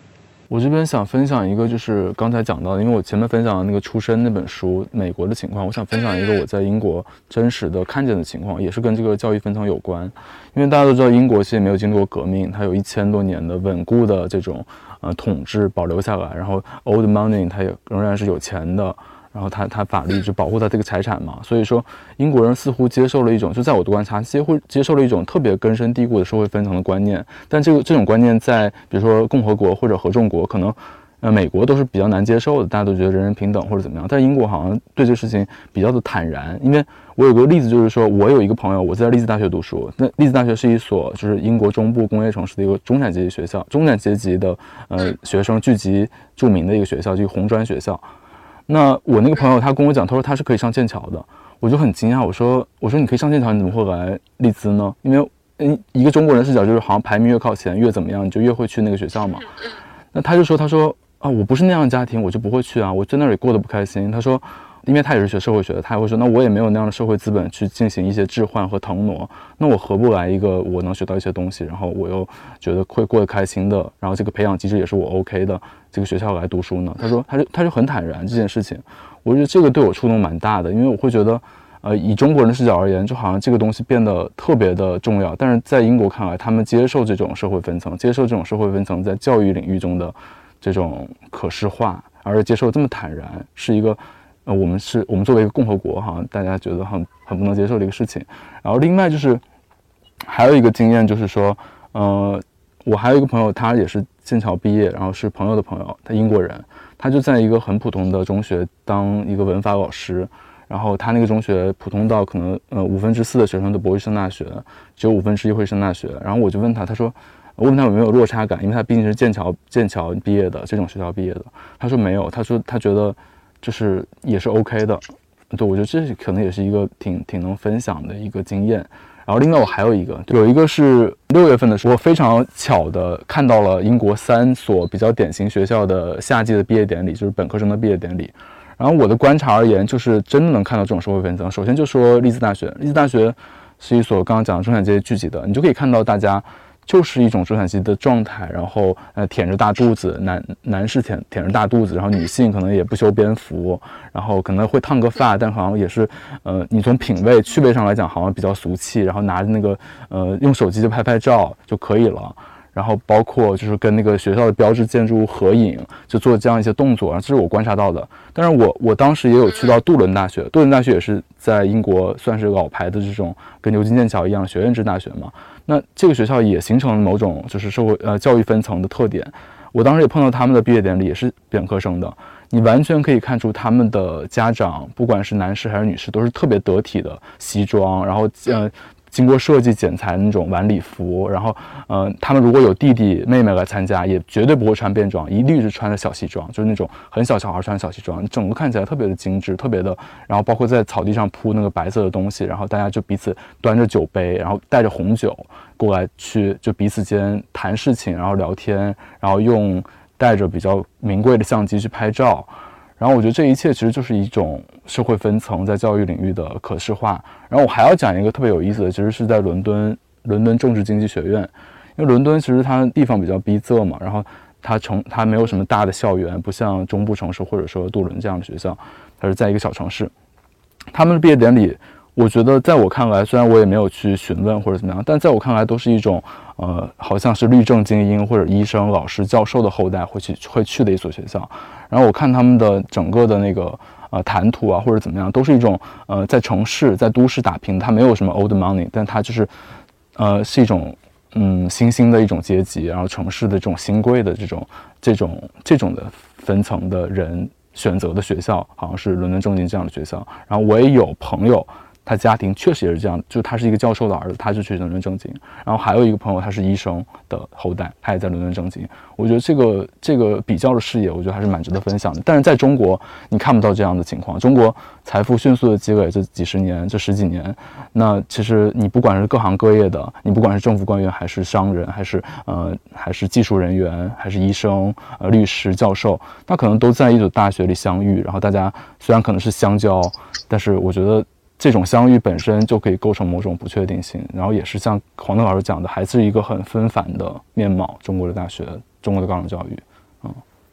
我这边想分享一个，就是刚才讲到的，因为我前面分享的那个出身那本书，美国的情况，我想分享一个我在英国真实的看见的情况，也是跟这个教育分层有关。因为大家都知道，英国其实也没有经历过革命，它有1000多年的稳固的这种统治保留下来，然后 old money 它也仍然是有钱的。然后他法律就保护他这个财产嘛，所以说英国人似乎接受了一种，就在我的观察，接受了一种特别根深蒂固的社会分层的观念。但这种观念在比如说共和国或者合众国，可能美国都是比较难接受的，大家都觉得人人平等或者怎么样。但英国好像对这个事情比较的坦然。因为我有个例子，就是说我有一个朋友，我在利兹大学读书，那利兹大学是一所就是英国中部工业城市的一个中产阶级学校，中产阶级的学生聚集著名的一个学校，就红砖学校。那我那个朋友他跟我讲，他说他是可以上剑桥的，我就很惊讶，我说你可以上剑桥，你怎么会来利兹呢？因为一个中国人视角就是好像排名越靠前越怎么样，你就越会去那个学校嘛。那他说啊，我不是那样的家庭，我就不会去啊，我在那里过得不开心。他说，因为他也是学社会学的，他也会说，那我也没有那样的社会资本去进行一些置换和腾挪，那我何不来一个我能学到一些东西，然后我又觉得会过得开心的，然后这个培养机制也是我 OK 的这个学校来读书呢？他说他就很坦然这件事情，我觉得这个对我触动蛮大的，因为我会觉得以中国人的视角而言，就好像这个东西变得特别的重要，但是在英国看来，他们接受这种社会分层，接受这种社会分层在教育领域中的这种可视化，而且接受这么坦然，是一个我们作为一个共和国，好像大家觉得很不能接受的一个事情。然后另外就是还有一个经验，就是说我还有一个朋友，他也是剑桥毕业，然后是朋友的朋友，他英国人，他就在一个很普通的中学当一个文法老师，然后他那个中学普通到可能4/5的学生都不会上大学，只有1/5会上大学。然后我就问他，我问他有没有落差感，因为他毕竟是剑桥毕业的，这种学校毕业的。他说没有，他说他觉得就是也是 OK 的。对，我觉得这可能也是一个挺能分享的一个经验。然后另外我还有一个是6月份的时候，我非常巧的看到了英国3所比较典型学校的夏季的毕业典礼，就是本科生的毕业典礼。然后我的观察而言，就是真的能看到这种社会分层。首先就说利兹大学是一所刚刚讲的中产阶级聚集的，你就可以看到大家就是一种中产阶级的状态，然后舔着大肚子，男士舔着大肚子，然后女性可能也不修边幅，然后可能会烫个发，但好像也是你从趣味上来讲好像比较俗气，然后拿着那个用手机就拍照就可以了。然后包括就是跟那个学校的标志建筑物合影，就做这样一些动作，这是我观察到的。但是我当时也有去到杜伦大学，杜伦大学也是在英国算是老牌的这种跟牛津剑桥一样学院制大学嘛。那这个学校也形成了某种就是社会教育分层的特点。我当时也碰到他们的毕业典礼，也是本科生的，你完全可以看出他们的家长，不管是男士还是女士，都是特别得体的西装，然后经过设计剪裁的那种晚礼服，然后他们如果有弟弟妹妹来参加，也绝对不会穿便装，一律是穿着小西装，就是那种很小孩穿小西装，整个看起来特别的精致，特别的。然后包括在草地上铺那个白色的东西，然后大家就彼此端着酒杯，然后带着红酒过来去就彼此间谈事情，然后聊天，然后带着比较名贵的相机去拍照。然后我觉得这一切其实就是一种社会分层在教育领域的可视化。然后我还要讲一个特别有意思的，其实是在伦敦政治经济学院，因为伦敦其实它地方比较逼仄嘛，然后它没有什么大的校园，不像中部城市或者说杜伦这样的学校，它是在一个小城市。他们的毕业典礼，我觉得在我看来，虽然我也没有去询问或者怎么样，但在我看来都是一种好像是律政精英或者医生、老师、教授的后代会去的一所学校。然后我看他们的整个的那个谈吐啊或者怎么样，都是一种在城市在都市打拼，它没有什么 old money， 但它就是是一种新兴的一种阶级，然后城市的这种新贵的这种的分层的人选择的学校，好像是伦敦政经这样的学校。然后我也有朋友，他家庭确实也是这样，就他是一个教授的儿子，他就去伦敦政经。然后还有一个朋友，他是医生的后代，他也在伦敦政经。我觉得这个比较的视野，我觉得还是蛮值得分享的。但是在中国，你看不到这样的情况。中国财富迅速的积累，这十几年，那其实你不管是各行各业的，你不管是政府官员，还是商人，还是技术人员，还是医生、律师、教授，他可能都在一所大学里相遇。然后大家虽然可能是相交，但是我觉得这种相遇本身就可以构成某种不确定性，然后也是像黄德老师讲的，还是一个很纷繁的面貌。中国的大学，中国的高等教育，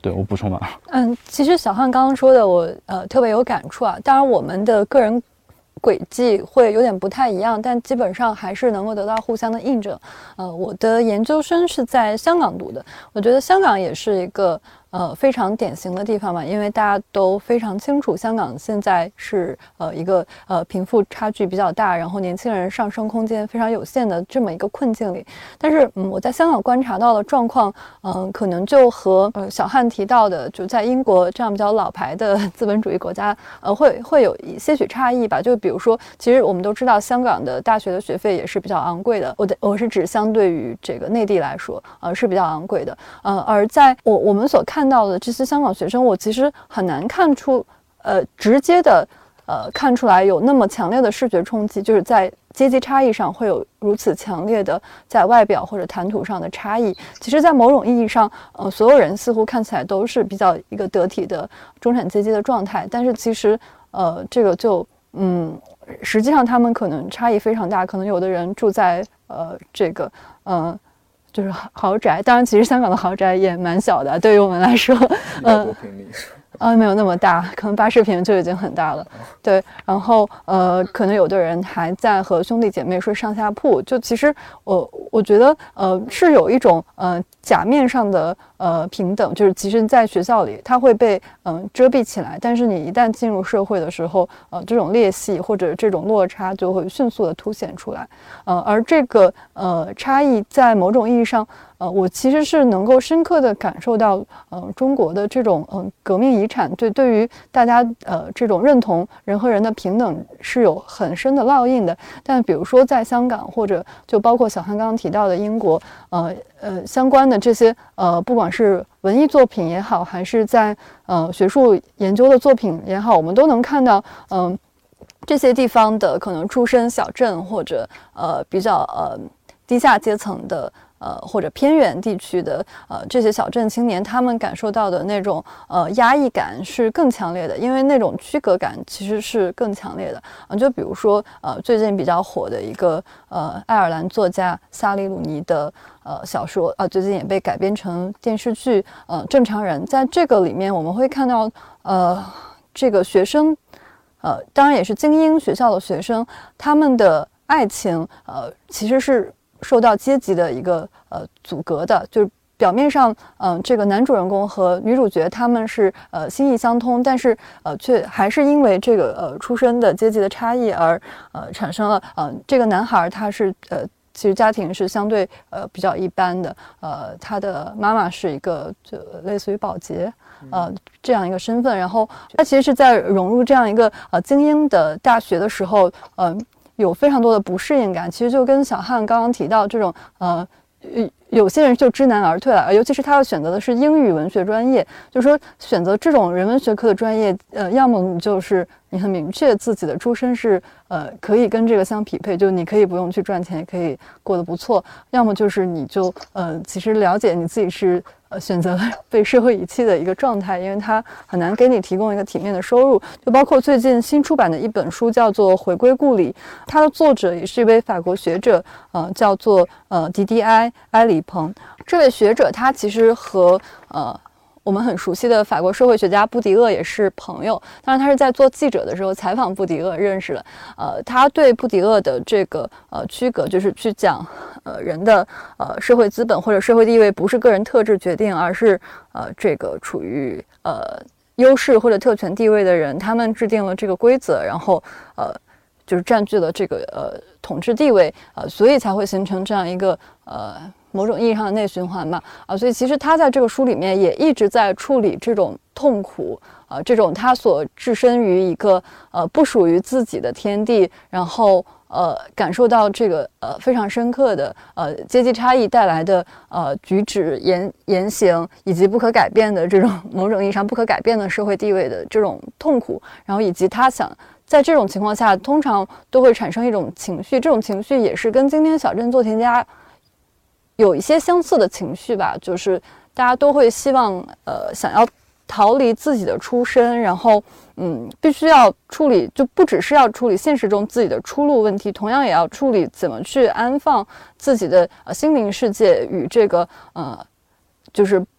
对，我补充完了。 其实小汉刚刚说的我特别有感触啊。当然我们的个人轨迹会有点不太一样，但基本上还是能够得到互相的印证。我的研究生是在香港读的，我觉得香港也是一个非常典型的地方嘛，因为大家都非常清楚，香港现在是一个贫富差距比较大，然后年轻人上升空间非常有限的这么一个困境里。但是我在香港观察到的状况，可能就和小汉提到的，就在英国这样比较老牌的资本主义国家，会有一些许差异吧。就比如说，其实我们都知道，香港的大学的学费也是比较昂贵的。我是指相对于这个内地来说，是比较昂贵的。而在我们所看到的这些香港学生，我其实很难看出，直接的看出来有那么强烈的视觉冲击，就是在阶级差异上会有如此强烈的在外表或者谈吐上的差异。其实在某种意义上，所有人似乎看起来都是比较一个得体的中产阶级的状态，但是其实这个就实际上他们可能差异非常大，可能有的人住在这个就是豪宅，当然其实香港的豪宅也蛮小的，对于我们来说 100多平米没有那么大，可能80平就已经很大了。对，然后可能有的人还在和兄弟姐妹睡上下铺，就其实我觉得是有一种假面上的平等，就是其实在学校里它会被遮蔽起来，但是你一旦进入社会的时候，这种裂隙或者这种落差就会迅速的凸显出来。而这个差异在某种意义上，我其实是能够深刻的感受到中国的这种革命遗产对于大家这种认同人和人的平等是有很深的烙印的。但比如说在香港，或者就包括小汉刚刚提到的英国，相关的这些不管是文艺作品也好，还是在学术研究的作品也好，我们都能看到这些地方的可能出身小镇或者比较低下阶层的或者偏远地区的这些小镇青年，他们感受到的那种压抑感是更强烈的，因为那种区隔感其实是更强烈的。就比如说最近比较火的一个爱尔兰作家萨利鲁尼的小说最近也被改编成电视剧正常人。在这个里面我们会看到这个学生当然也是精英学校的学生，他们的爱情其实是受到阶级的一个阻隔的，就是表面上这个男主人公和女主角他们是心意相通，但是却还是因为这个出身的阶级的差异而产生了这个男孩他是其实家庭是相对比较一般的，他的妈妈是一个就类似于保洁这样一个身份，然后他其实是在融入这样一个精英的大学的时候有非常多的不适应感，其实就跟小汉刚刚提到这种有些人就知难而退了，尤其是他要选择的是英语文学专业，就是说选择这种人文学科的专业，要么你就是你很明确自己的出身是可以跟这个相匹配，就你可以不用去赚钱，也可以过得不错；要么就是你就其实了解你自己是选择被社会遗弃的一个状态，因为它很难给你提供一个体面的收入。就包括最近新出版的一本书叫做《回归故里》，它的作者也是一位法国学者，叫做迪迪埃里蓬。这位学者他其实和我们很熟悉的法国社会学家布迪厄也是朋友，当然他是在做记者的时候采访布迪厄认识了。他对布迪厄的这个区隔，就是去讲人的社会资本或者社会地位不是个人特质决定，而是这个处于优势或者特权地位的人，他们制定了这个规则，然后就是占据了这个统治地位，所以才会形成这样一个某种意义上的内循环吧。所以其实他在这个书里面也一直在处理这种痛苦，这种他所置身于一个不属于自己的天地，然后感受到这个非常深刻的阶级差异带来的举止言行，以及不可改变的这种某种意义上不可改变的社会地位的这种痛苦，然后以及他想在这种情况下通常都会产生一种情绪，这种情绪也是跟今天小镇做题家有一些相似的情绪吧，就是大家都会希望想要逃离自己的出身，然后必须要处理，就不只是要处理现实中自己的出路问题，同样也要处理怎么去安放自己的心灵世界与这个就是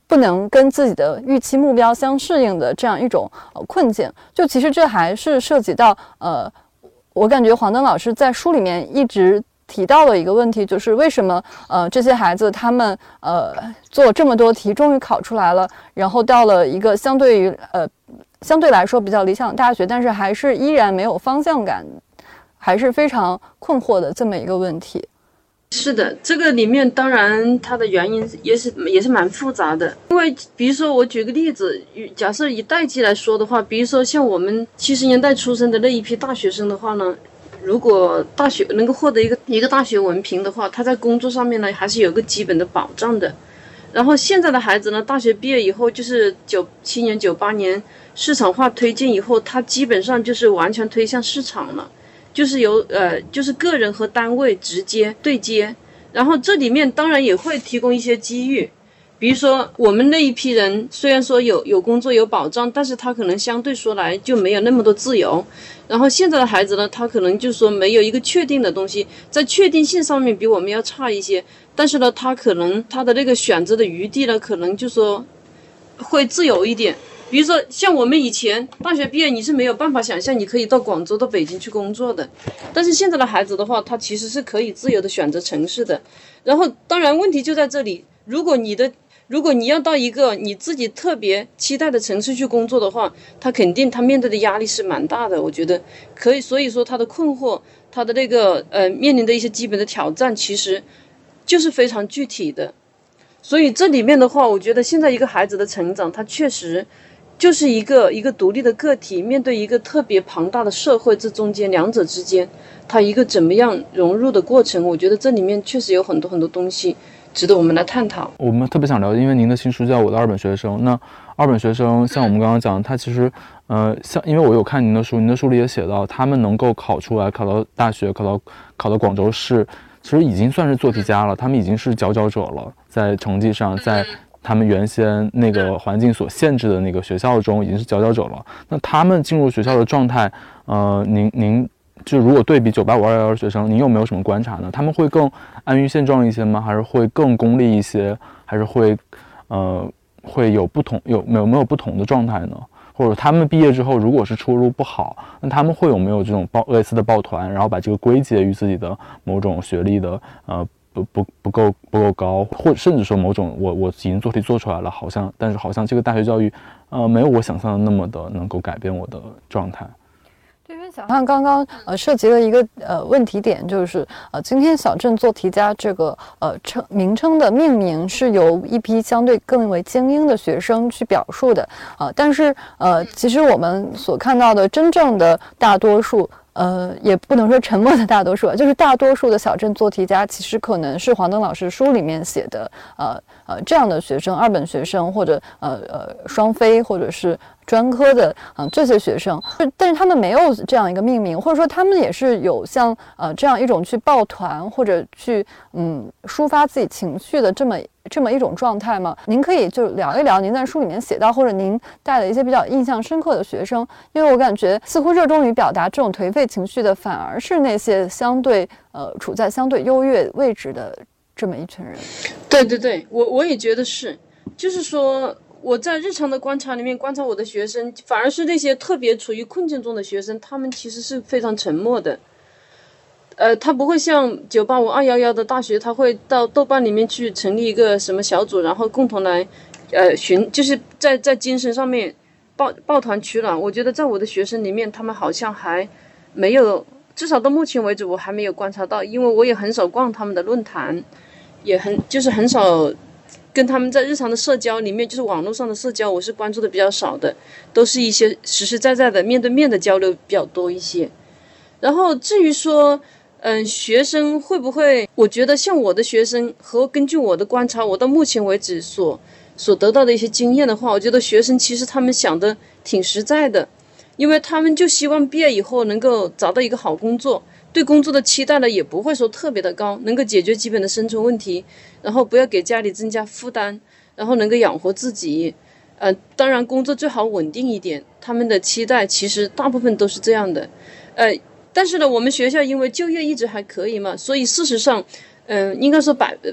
不能跟自己的预期目标相适应的这样一种困境。就其实这还是涉及到我感觉黄登老师在书里面一直提到了一个问题，就是为什么这些孩子他们做这么多题终于考出来了，然后到了一个相对来说比较理想的大学，但是还是依然没有方向感，还是非常困惑的这么一个问题。 是的，这个里面当然它的原因也是蛮复杂的。因为比如说我举个例子，假设以代际来说的话，比如说像我们70年代出生的那一批大学生的话呢，如果大学能够获得一个大学文凭的话，他在工作上面呢还是有个基本的保障的。然后现在的孩子呢，大学毕业以后就是97年98年市场化推进以后，他基本上就是完全推向市场了。就是就是个人和单位直接对接，然后这里面当然也会提供一些机遇，比如说我们那一批人虽然说有工作有保障，但是他可能相对说来就没有那么多自由。然后现在的孩子呢，他可能就说没有一个确定的东西，在确定性上面比我们要差一些，但是呢，他可能他的那个选择的余地呢，可能就说会自由一点。比如说像我们以前大学毕业，你是没有办法想象你可以到广州到北京去工作的，但是现在的孩子的话，他其实是可以自由的选择城市的。然后当然问题就在这里，如果你要到一个你自己特别期待的城市去工作的话，他面对的压力是蛮大的，我觉得可以。所以说他的困惑，他的那个面临的一些基本的挑战，其实就是非常具体的。所以这里面的话，我觉得现在一个孩子的成长，他确实就是一个独立的个体，面对一个特别庞大的社会，这中间两者之间，他一个怎么样融入的过程，我觉得这里面确实有很多很多东西值得我们来探讨。 我们特别想了解，因为您的新书叫《我的二本学生》，那二本学生像我们刚刚讲，他其实因为我有看您的书，您的书里也写到，他们能够考出来，考到大学，考到广州市，其实已经算是做题家了，他们已经是佼佼者了，在成绩上，在他们原先那个环境所限制的那个学校中已经是佼佼者了。那他们进入学校的状态，您就如果对比985、211学生，您有没有什么观察呢？他们会更安于现状一些吗？还是会更功利一些？还是会有不同有没有不同的状态呢？或者他们毕业之后，如果是出路不好，那他们会有没有这种类似的抱团，然后把这个归结于自己的某种学历的不够高，或者甚至说某种我已经做题做出来了，但是好像这个大学教育没有我想象的那么的能够改变我的状态。 这边小汉刚刚涉及了一个问题点，就是今天小镇做题家这个名称的命名是由一批相对更为精英的学生去表述的但是其实我们所看到的真正的大多数也不能说沉默的大多数，就是大多数的小镇做题家其实可能是黄登老师书里面写的这样的学生，二本学生或者双非或者是专科的这些学生，但是他们没有这样一个命名，或者说他们也是有像这样一种去抱团或者去抒发自己情绪的这么一种状态吗？您可以就聊一聊您在书里面写到，或者您带了一些比较印象深刻的学生，因为我感觉似乎热衷于表达这种颓废情绪的，反而是那些相对处在相对优越位置的这么一群人。 对，我也觉得是，就是说我在日常的观察里面观察我的学生，反而是那些特别处于困境中的学生，他们其实是非常沉默的。他不会像985、211的大学，他会到豆瓣里面去成立一个什么小组，然后共同来就是在精神上面抱团取暖。我觉得在我的学生里面，他们好像还没有，至少到目前为止我还没有观察到，因为我也很少逛他们的论坛，也很少跟他们在日常的社交里面，就是网络上的社交，我是关注的比较少的，都是一些实实在在的面对面的交流比较多一些。然后至于说学生会不会，我觉得像我的学生和根据我的观察，我到目前为止所得到的一些经验的话，我觉得学生其实他们想的挺实在的，因为他们就希望毕业以后能够找到一个好工作，对工作的期待呢也不会说特别的高，能够解决基本的生存问题，然后不要给家里增加负担，然后能够养活自己。当然工作最好稳定一点，他们的期待其实大部分都是这样的。但是呢，我们学校因为就业一直还可以嘛，所以事实上，应该说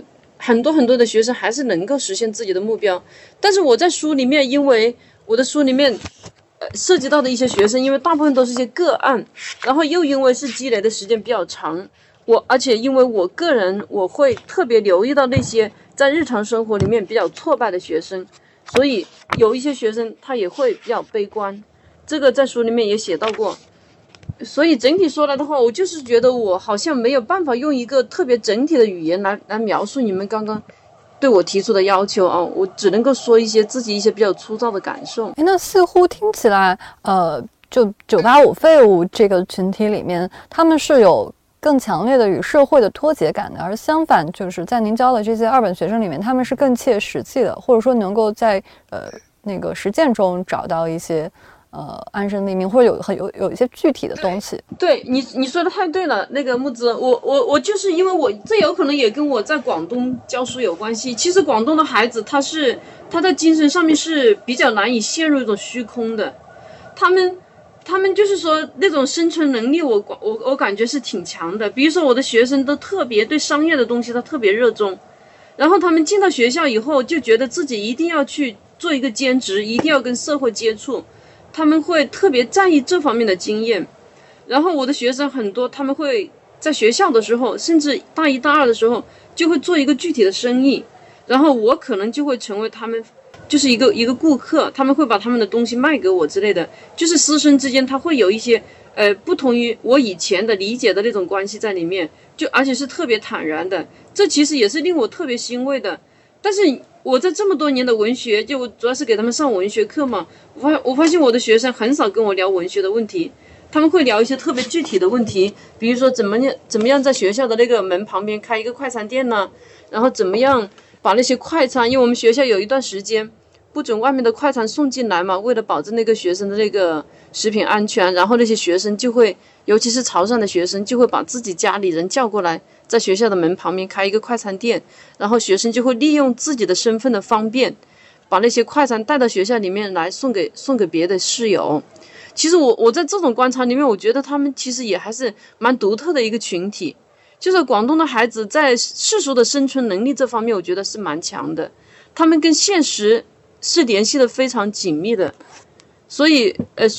很多很多的学生还是能够实现自己的目标。但是我在书里面，因为我的书里面涉及到的一些学生，因为大部分都是一些个案，然后又因为是积累的时间比较长，而且因为我个人我会特别留意到那些在日常生活里面比较挫败的学生，所以有一些学生他也会比较悲观，这个在书里面也写到过。所以整体说来的话，我就是觉得我好像没有办法用一个特别整体的语言来描述你们刚刚对我提出的要求啊，我只能够说自己一些比较粗糙的感受。 那似乎听起来，就985废物这个群体里面，他们是有更强烈的与社会的脱节感的，而相反，就是在您教的这些二本学生里面，他们是更切实际的，或者说能够在那个实践中找到一些安身立命，或者有一些具体的东西。 对你说的太对了，那个木子，我就是因为这有可能也跟我在广东教书有关系。其实广东的孩子他在精神上面是比较难以陷入一种虚空的，他们就是说那种生存能力我感觉是挺强的。比如说我的学生都特别对商业的东西他特别热衷，然后他们进到学校以后就觉得自己一定要去做一个兼职，一定要跟社会接触。他们会特别在意这方面的经验，然后我的学生很多，他们会在学校的时候，甚至大一大二的时候，就会做一个具体的生意，然后我可能就会成为他们就是一个顾客，他们会把他们的东西卖给我之类的，就是师生之间他会有一些不同于我以前的理解的那种关系在里面，而且是特别坦然的，这其实也是令我特别欣慰的。但是我在这么多年的文学，就我主要是给他们上文学课嘛，我发现我的学生很少跟我聊文学的问题，他们会聊一些特别具体的问题，比如说怎么样在学校的那个门旁边开一个快餐店呢，然后怎么样把那些快餐，因为我们学校有一段时间不准外面的快餐送进来嘛，为了保证那个学生的那个食品安全，然后那些学生就会，尤其是潮汕的学生，就会把自己家里人叫过来，在学校的门旁边开一个快餐店，然后学生就会利用自己的身份的方便，把那些快餐带到学校里面来送给别的室友。其实我在这种观察里面，我觉得他们其实也还是蛮独特的一个群体，就是广东的孩子在世俗的生存能力这方面，我觉得是蛮强的，他们跟现实是联系的非常紧密的。所以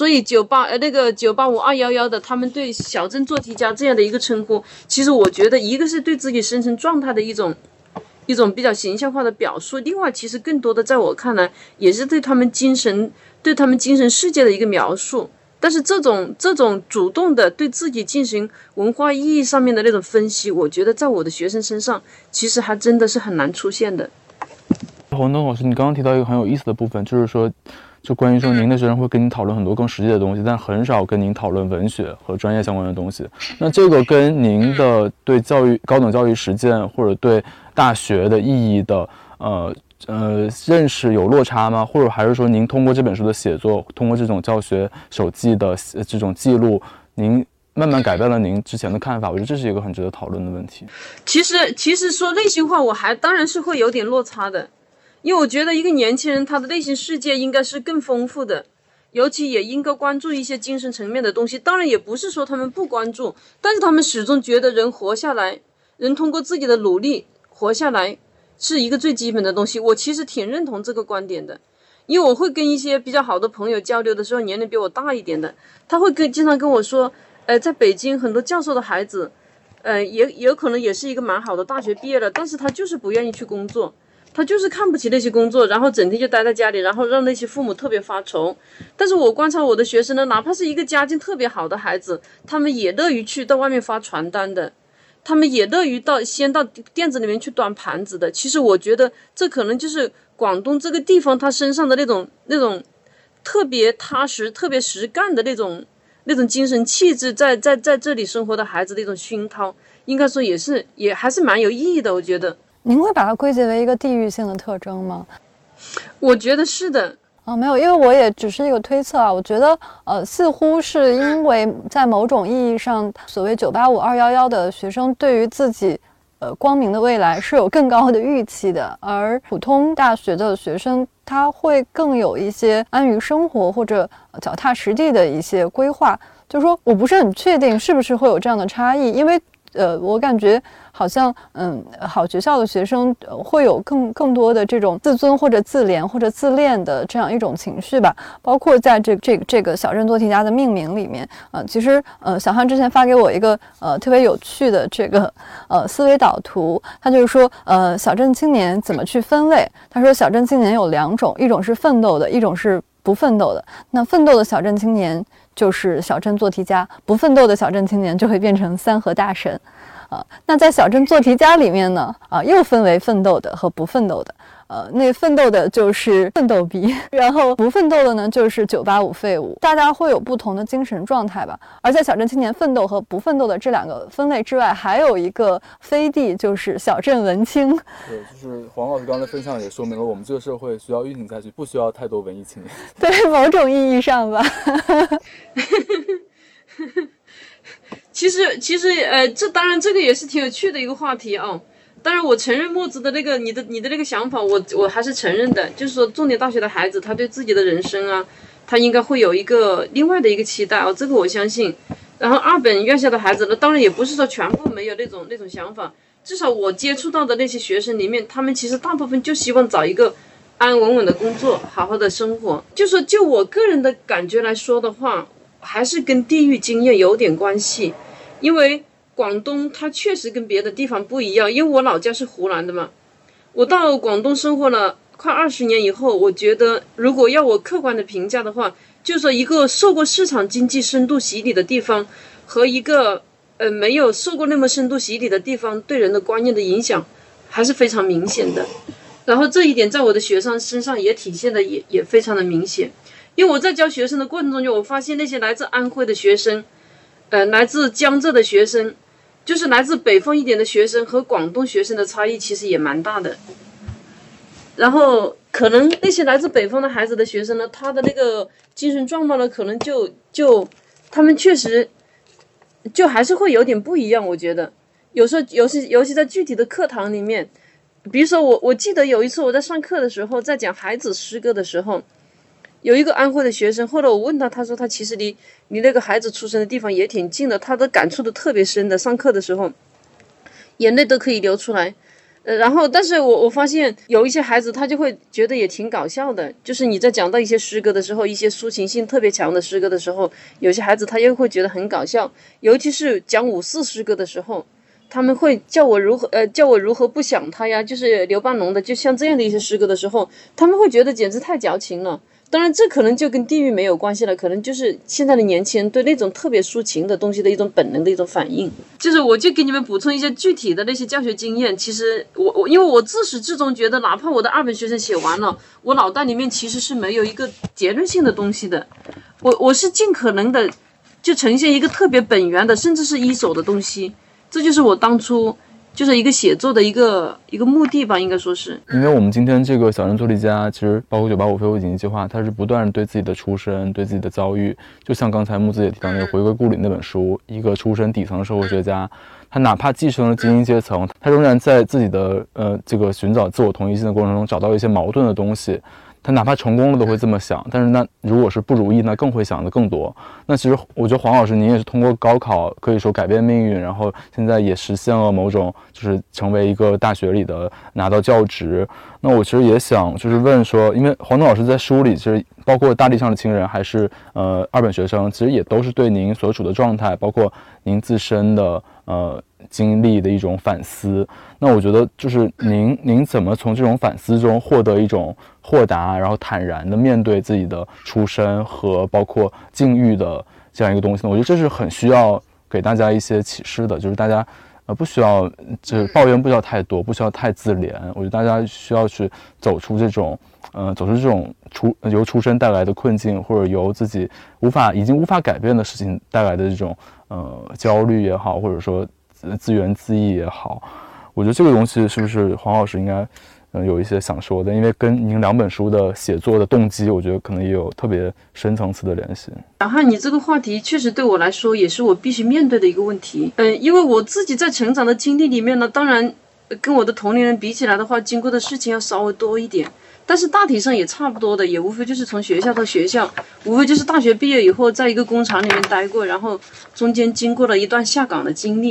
985-211的他们对小镇做题家这样的一个称呼，其实我觉得一个是对自己生存状态的一种比较形象化的表述，另外其实更多的在我看来也是对他们精神世界的一个描述。但是这种主动的对自己进行文化意义上面的那种分析，我觉得在我的学生身上其实还真的是很难出现的。 洪东老师，你刚刚提到一个很有意思的部分，就是说就关于说您的学生会跟您讨论很多更实际的东西，但很少跟您讨论文学和专业相关的东西。那这个跟您的对高等教育实践或者对大学的意义的认识有落差吗？或者还是说您通过这本书的写作，通过这种教学手记的这种记录，您慢慢改变了您之前的看法？我觉得这是一个很值得讨论的问题。 其实说内心话，我还当然是会有点落差的。因为我觉得一个年轻人他的内心世界应该是更丰富的，尤其也应该关注一些精神层面的东西。当然也不是说他们不关注，但是他们始终觉得人活下来，人通过自己的努力活下来是一个最基本的东西。我其实挺认同这个观点的，因为我会跟一些比较好的朋友交流的时候，年龄比我大一点的，他会经常跟我说，在北京很多教授的孩子，也有可能也是一个蛮好的大学毕业了，但是他就是不愿意去工作。他就是看不起那些工作，然后整天就待在家里，然后让那些父母特别发愁。但是我观察我的学生呢，哪怕是一个家境特别好的孩子，他们也乐于去到外面发传单的，他们也乐于先到店子里面去端盘子的。其实我觉得这可能就是广东这个地方他身上的那种特别踏实、特别实干的那种精神气质，在这里生活的孩子的一种熏陶，应该说也还是蛮有意义的，我觉得。 您会把它归结为一个地域性的特征吗？ 我觉得是的。 没有，因为我也只是一个推测啊。我觉得似乎是因为在某种意义上，所谓985-211的学生对于自己光明的未来是有更高的预期的，而普通大学的学生他会更有一些安于生活或者脚踏实地的一些规划。就是说我不是很确定是不是会有这样的差异，因为我感觉好像好学校的学生会有更多的这种自尊或者自怜或者自恋的这样一种情绪吧。包括在这个小镇做题家的命名里面，其实小汉之前发给我一个特别有趣的这个思维导图，他就是说小镇青年怎么去分类？他说小镇青年有2种，一种是奋斗的，一种是不奋斗的。那奋斗的小镇青年就是小镇做题家，不奋斗的小镇青年就会变成三和大神。那在小镇做题家里面呢，又分为奋斗的和不奋斗的。那奋斗的就是奋斗逼，然后不奋斗的呢就是985废物。大家会有不同的精神状态吧。而在小镇青年奋斗和不奋斗的这2个分类之外，还有一个飞地，就是小镇文青。 对，就是黄老师刚才分享也说明了，我们这个社会需要运行下去，不需要太多文艺青年。 对，某种意义上吧。 其实这当然这个也是挺有趣的一个话题啊。当然我承认墨子的那个你的那个想法，我还是承认的，就是说重点大学的孩子他对自己的人生啊，他应该会有一个另外的一个期待啊，这个我相信。然后二本院校的孩子呢，当然也不是说全部没有那种想法，至少我接触到的那些学生里面，他们其实大部分就希望找一个安安稳稳的工作，好好的生活。就我个人的感觉来说的话，还是跟地域经验有点关系。因为广东它确实跟别的地方不一样，因为我老家是湖南的嘛，我到广东生活了快20年以后，我觉得如果要我客观的评价的话，就是说一个受过市场经济深度洗礼的地方和一个没有受过那么深度洗礼的地方，对人的观念的影响还是非常明显的。然后这一点在我的学生身上也体现的也非常的明显。因为我在教学生的过程中，我发现那些来自安徽的学生来自江浙的学生，就是来自北方一点的学生和广东学生的差异其实也蛮大的。然后可能那些来自北方的孩子的学生呢，他的那个精神状况呢，可能就他们确实就还是会有点不一样。我觉得有时候尤其在具体的课堂里面，比如说我记得有一次我在上课的时候，在讲孩子诗歌的时候，有一个安徽的学生，后来我问他，他说他其实离那个孩子出生的地方也挺近的，他的感触的特别深的，上课的时候眼泪都可以流出来。然后但是我发现有一些孩子他就会觉得也挺搞笑的，就是你在讲到一些诗歌的时候，一些抒情性特别强的诗歌的时候，有些孩子他又会觉得很搞笑，尤其是讲5·4诗歌的时候，他们会叫我如何不想他呀，就是刘半农的就像这样的一些诗歌的时候，他们会觉得简直太矫情了。当然这可能就跟地域没有关系了，可能就是现在的年轻人对那种特别抒情的东西的一种本能的一种反应。就是我就给你们补充一些具体的那些教学经验。其实我因为我自始至终觉得，哪怕我的2本学生写完了，我脑袋里面其实是没有一个结论性的东西的，我是尽可能的就呈现一个特别本源的甚至是一手的东西。这就是我当初就是一个写作的一个目的吧，应该说是。 因为我们今天这个小镇做题家，其实包括985废物紧急计划，它是不断对自己的出身、对自己的遭遇，就像刚才木子也提到那个《回归故里》那本书，一个出身底层的社会学家，他哪怕继承了精英阶层，他仍然在自己的这个寻找自我同一性的过程中找到一些矛盾的东西。他哪怕成功了都会这么想，但是那如果是不如意，那更会想的更多。那其实我觉得黄老师您也是通过高考可以说改变命运，然后现在也实现了某种就是成为一个大学里的拿到教职。那我其实也想就是问说，因为黄东老师在书里其实包括大地上的亲人还是2本学生，其实也都是对您所处的状态，包括您自身的经历的一种反思。那我觉得就是您怎么从这种反思中获得一种豁达，然后坦然的面对自己的出身和包括境遇的这样一个东西呢？我觉得这是很需要给大家一些启示的，就是大家不需要这抱怨不需要太多，不需要太自怜。我觉得大家需要去走出这种由出身带来的困境，或者由自己已经无法改变的事情带来的这种焦虑也好，或者说自怨自艾也好。我觉得这个东西是不是黄老师应该有一些想说的？因为跟您2本书的写作的动机，我觉得可能也有特别深层次的联系。 然后你这个话题确实对我来说也是我必须面对的一个问题。因为我自己在成长的经历里面呢，当然跟我的同龄人比起来的话，经过的事情要稍微多一点，但是大体上也差不多的，也无非就是从学校到学校，无非就是大学毕业以后在一个工厂里面待过，然后中间经过了一段下岗的经历，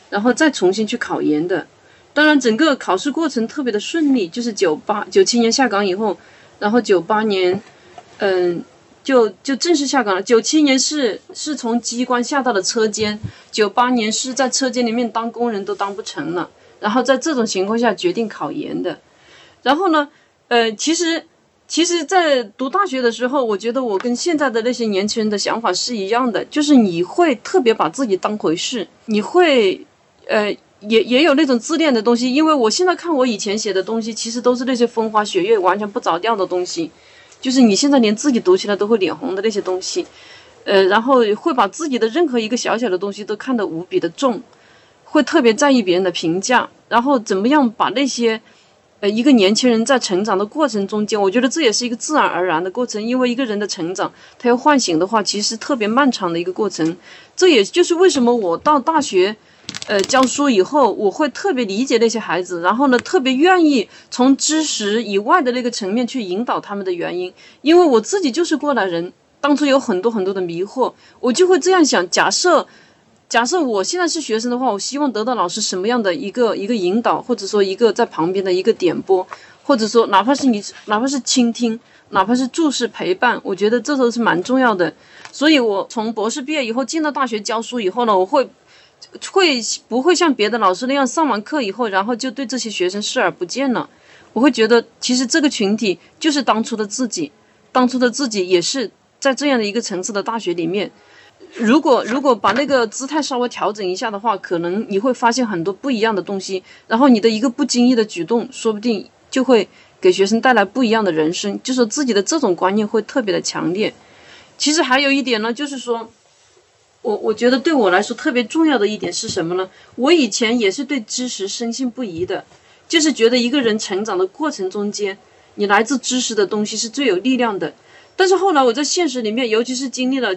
然后再重新去考研的。当然整个考试过程特别的顺利，就是97年下岗以后，然后98年就正式下岗了。97年是从机关下到了车间，98年是在车间里面当工人都当不成了，然后在这种情况下决定考研的。然后呢其实在读大学的时候，我觉得我跟现在的那些年轻人的想法是一样的，就是你会特别把自己当回事，你会也有那种自恋的东西。因为我现在看我以前写的东西，其实都是那些风花雪月完全不着调的东西，就是你现在连自己读起来都会脸红的那些东西。然后会把自己的任何一个小小的东西都看得无比的重，会特别在意别人的评价，然后怎么样把那些一个年轻人在成长的过程中间，我觉得这也是一个自然而然的过程。因为一个人的成长他要唤醒的话，其实特别漫长的一个过程。这也就是为什么我到大学教书以后，我会特别理解那些孩子，然后呢特别愿意从知识以外的那个层面去引导他们的原因。因为我自己就是过来人，当初有很多很多的迷惑，我就会这样想，假设我现在是学生的话，我希望得到老师什么样的一个引导，或者说一个在旁边的一个点拨，或者说哪怕是倾听，哪怕是注视陪伴，我觉得这都是蛮重要的。所以我从博士毕业以后进到大学教书以后呢，我不会像别的老师那样上完课以后，然后就对这些学生视而不见了。我会觉得其实这个群体就是当初的自己也是在这样的一个层次的大学里面。如果把那个姿态稍微调整一下的话，可能你会发现很多不一样的东西，然后你的一个不经意的举动，说不定就会给学生带来不一样的人生，就是自己的这种观念会特别的强烈。其实还有一点呢，就是说我觉得对我来说特别重要的一点是什么呢？我以前也是对知识深信不疑的，就是觉得一个人成长的过程中间，你来自知识的东西是最有力量的。但是后来我在现实里面，尤其是经历了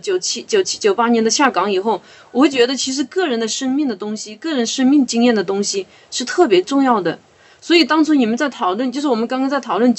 98年的下岗以后，我会觉得其实个人的生命的东西，个人生命经验的东西是特别重要的。所以当初你们在讨论，就是我们刚刚在讨论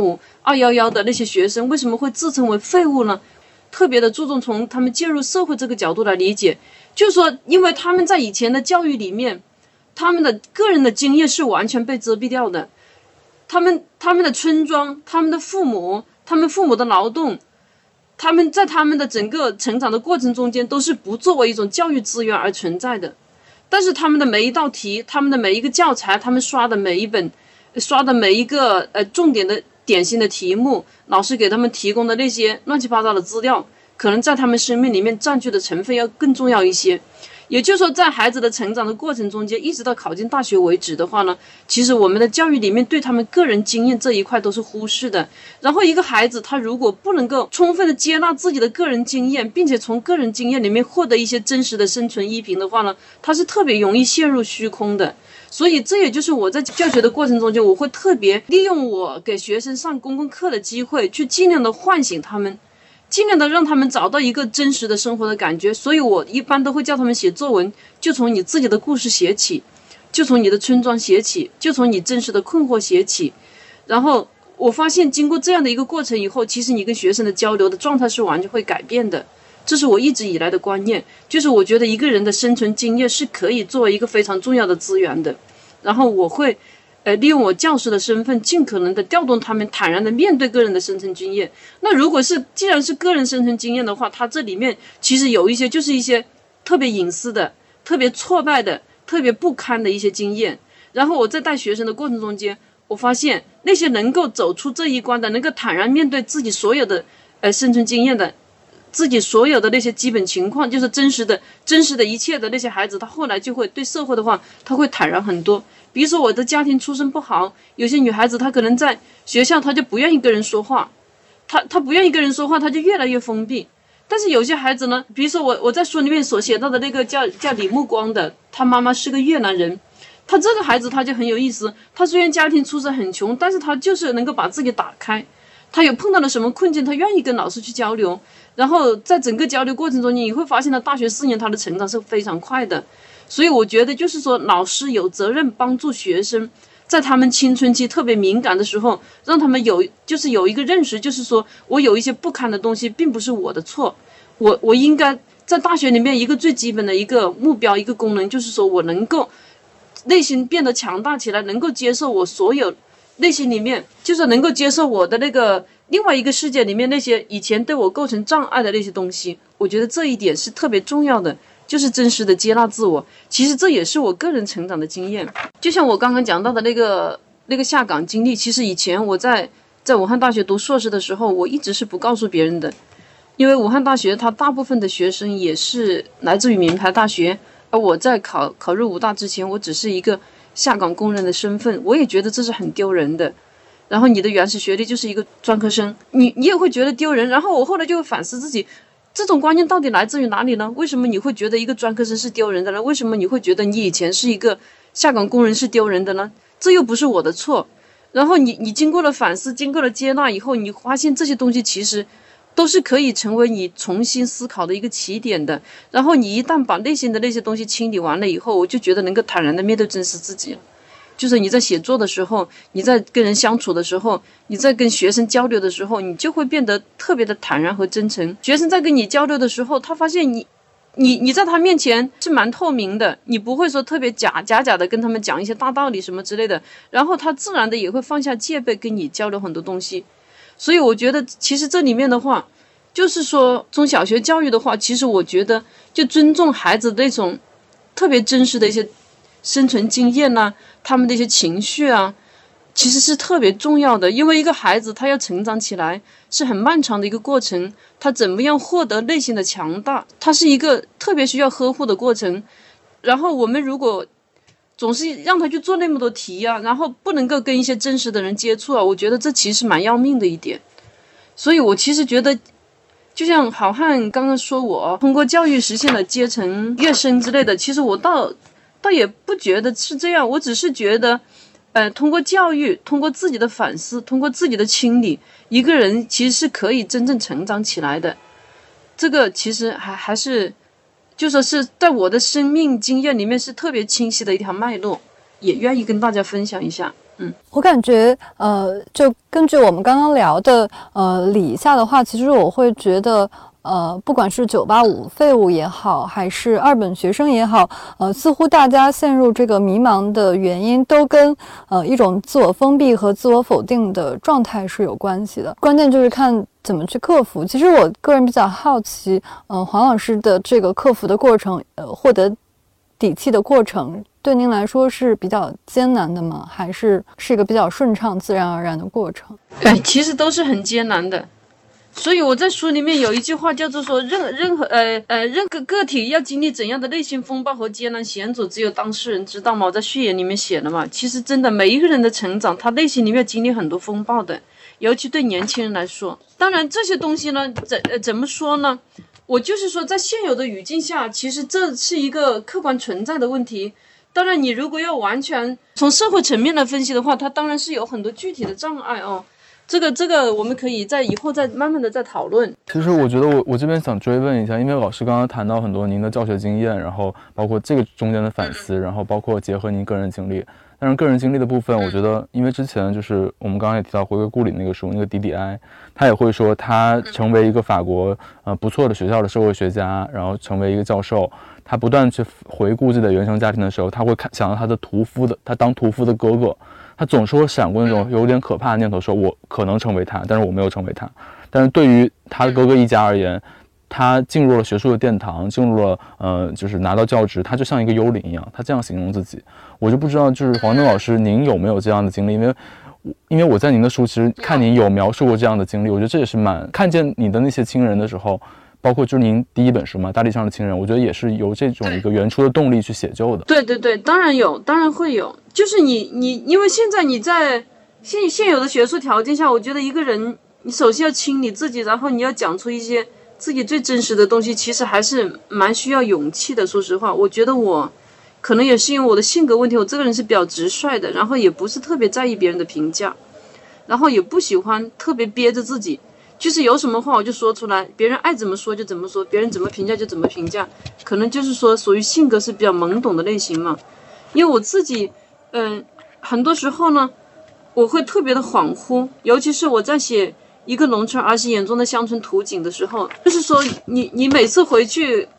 985、211的那些学生为什么会自称为废物呢？特别的注重从他们介入社会这个角度来理解，就是说因为他们在以前的教育里面，他们的个人的经验是完全被遮蔽掉的，他们的村庄，他们的父母的劳动，他们在他们的整个成长的过程中间都是不作为一种教育资源而存在的。但是他们的每一道题，他们的每一个教材，他们刷的每一个重点的典型的题目，老师给他们提供的那些乱七八糟的资料，可能在他们生命里面占据的成分要更重要一些。也就是说，在孩子的成长的过程中间，一直到考进大学为止的话呢，其实我们的教育里面对他们个人经验这一块都是忽视的。然后一个孩子他如果不能够充分的接纳自己的个人经验，并且从个人经验里面获得一些真实的生存依凭的话呢，他是特别容易陷入虚空的。所以这也就是我在教学的过程中间，我会特别利用我给学生上公共课的机会，去尽量的唤醒他们，尽量的让他们找到一个真实的生活的感觉。所以我一般都会叫他们写作文，就从你自己的故事写起，就从你的村庄写起，就从你真实的困惑写起。然后我发现经过这样的一个过程以后，其实你跟学生的交流的状态是完全会改变的。这是我一直以来的观念，就是我觉得一个人的生存经验是可以作为一个非常重要的资源的。然后我会利用我教师的身份，尽可能的调动他们坦然的面对个人的生存经验。那既然是个人生存经验的话，它这里面其实有一些就是一些特别隐私的、特别挫败的、特别不堪的一些经验。然后我在带学生的过程中间，我发现那些能够走出这一关的，能够坦然面对自己所有的生存经验的，自己所有的那些基本情况，就是真实的一切的那些孩子，他后来就会对社会的话，他会坦然很多。比如说我的家庭出身不好，有些女孩子她可能在学校她就不愿意跟人说话，她不愿意跟人说话，她就越来越封闭。但是有些孩子呢，比如说我在书里面所写到的那个叫李木光的，他妈妈是个越南人，他这个孩子他就很有意思，他虽然家庭出身很穷，但是他就是能够把自己打开，他有碰到了什么困境，他愿意跟老师去交流。然后在整个交流过程中，你会发现他大学4年他的成长是非常快的。所以我觉得就是说，老师有责任帮助学生在他们青春期特别敏感的时候，让他们有一个认识，就是说我有一些不堪的东西并不是我的错，我应该在大学里面一个最基本的一个目标一个功能，就是说我能够内心变得强大起来，能够接受我所有内心里面，就是能够接受我的那个另外一个世界里面那些以前对我构成障碍的那些东西。我觉得这一点是特别重要的，就是真实的接纳自我。其实这也是我个人成长的经验。就像我刚刚讲到的那个下岗经历，其实以前我在武汉大学读硕士的时候，我一直是不告诉别人的，因为武汉大学它大部分的学生也是来自于名牌大学，而我在考入武大之前，我只是一个下岗工人的身份，我也觉得这是很丢人的。然后你的原始学历就是一个专科生，你也会觉得丢人。然后我后来就会反思自己，这种观念到底来自于哪里呢？为什么你会觉得一个专科生是丢人的呢？为什么你会觉得你以前是一个下岗工人是丢人的呢？这又不是我的错。然后你经过了反思，经过了接纳以后，你发现这些东西其实都是可以成为你重新思考的一个起点的。然后你一旦把内心的那些东西清理完了以后，我就觉得能够坦然的面对真实自己了。就是你在写作的时候，你在跟人相处的时候，你在跟学生交流的时候，你就会变得特别的坦然和真诚。学生在跟你交流的时候，他发现你在他面前是蛮透明的，你不会说特别假的跟他们讲一些大道理什么之类的，然后他自然的也会放下戒备跟你交流很多东西。所以我觉得其实这里面的话，就是说从小学教育的话，其实我觉得就尊重孩子那种特别真实的一些生存经验啊，他们的一些情绪啊，其实是特别重要的。因为一个孩子他要成长起来是很漫长的一个过程，他怎么样获得内心的强大，他是一个特别需要呵护的过程。然后我们如果总是让他去做那么多题啊，然后不能够跟一些真实的人接触啊，我觉得这其实蛮要命的一点。所以我其实觉得就像好汉刚刚说我通过教育实现了阶层跃升之类的，其实我倒也不觉得是这样。我只是觉得通过教育，通过自己的反思，通过自己的清理，一个人其实是可以真正成长起来的。这个其实还是就说是在我的生命经验里面是特别清晰的一条脉络，也愿意跟大家分享一下。 我感觉就根据我们刚刚聊的理一下的话，其实我会觉得不管是985废物也好，还是二本学生也好，似乎大家陷入这个迷茫的原因都跟一种自我封闭和自我否定的状态是有关系的。关键就是看怎么去克服。其实我个人比较好奇，黄老师的这个克服的过程，获得底气的过程，对您来说是比较艰难的吗？还是一个比较顺畅、自然而然的过程？ 其实都是很艰难的。所以我在书里面有一句话叫做说，任何个体要经历怎样的内心风暴和艰难险阻，只有当事人知道嘛。我在序言里面写了嘛。其实真的每一个人的成长，他内心里面经历很多风暴的，尤其对年轻人来说。当然这些东西呢，怎么说呢？我就是说，在现有的语境下，其实这是一个客观存在的问题。当然，你如果要完全从社会层面来分析的话，它当然是有很多具体的障碍哦。这个我们可以在以后再慢慢的再讨论。 其实我觉得我这边想追问一下，因为老师刚刚谈到很多您的教学经验，然后包括这个中间的反思，然后包括结合您个人经历。但是个人经历的部分，我觉得因为之前就是我们刚刚也提到回归故里那个书，那个 DDI， 他也会说他成为一个法国不错的学校的社会学家，然后成为一个教授。他不断去回顾自己的原生家庭的时候，他会想到他当屠夫的哥哥，他总是会闪过那种有点可怕的念头，说我可能成为他，但是我没有成为他。但是对于他的哥哥一家而言，他进入了学术的殿堂，进入了就是拿到教职，他就像一个幽灵一样，他这样形容自己。我就不知道就是黄登老师您有没有这样的经历，因为我在您的书其实看您有描述过这样的经历，我觉得这也是看见你的那些亲人的时候，包括就是您第一本书嘛，大地上的亲人，我觉得也是由这种一个原初的动力去写就的。 对对对，当然有，当然会有。就是你因为现在你在现有的学术条件下，我觉得一个人你首先要清理自己，然后你要讲出一些自己最真实的东西，其实还是蛮需要勇气的。说实话，我觉得我可能也是因为我的性格问题，我这个人是比较直率的，然后也不是特别在意别人的评价，然后也不喜欢特别憋着自己，就是有什么话我就说出来，别人爱怎么说就怎么说，别人怎么评价就怎么评价，可能就是说属于性格是比较懵懂的类型嘛。因为我自己很多时候呢，我会特别的恍惚，尤其是我在写一个农村儿媳眼中的乡村图景的时候，就是说你每次回去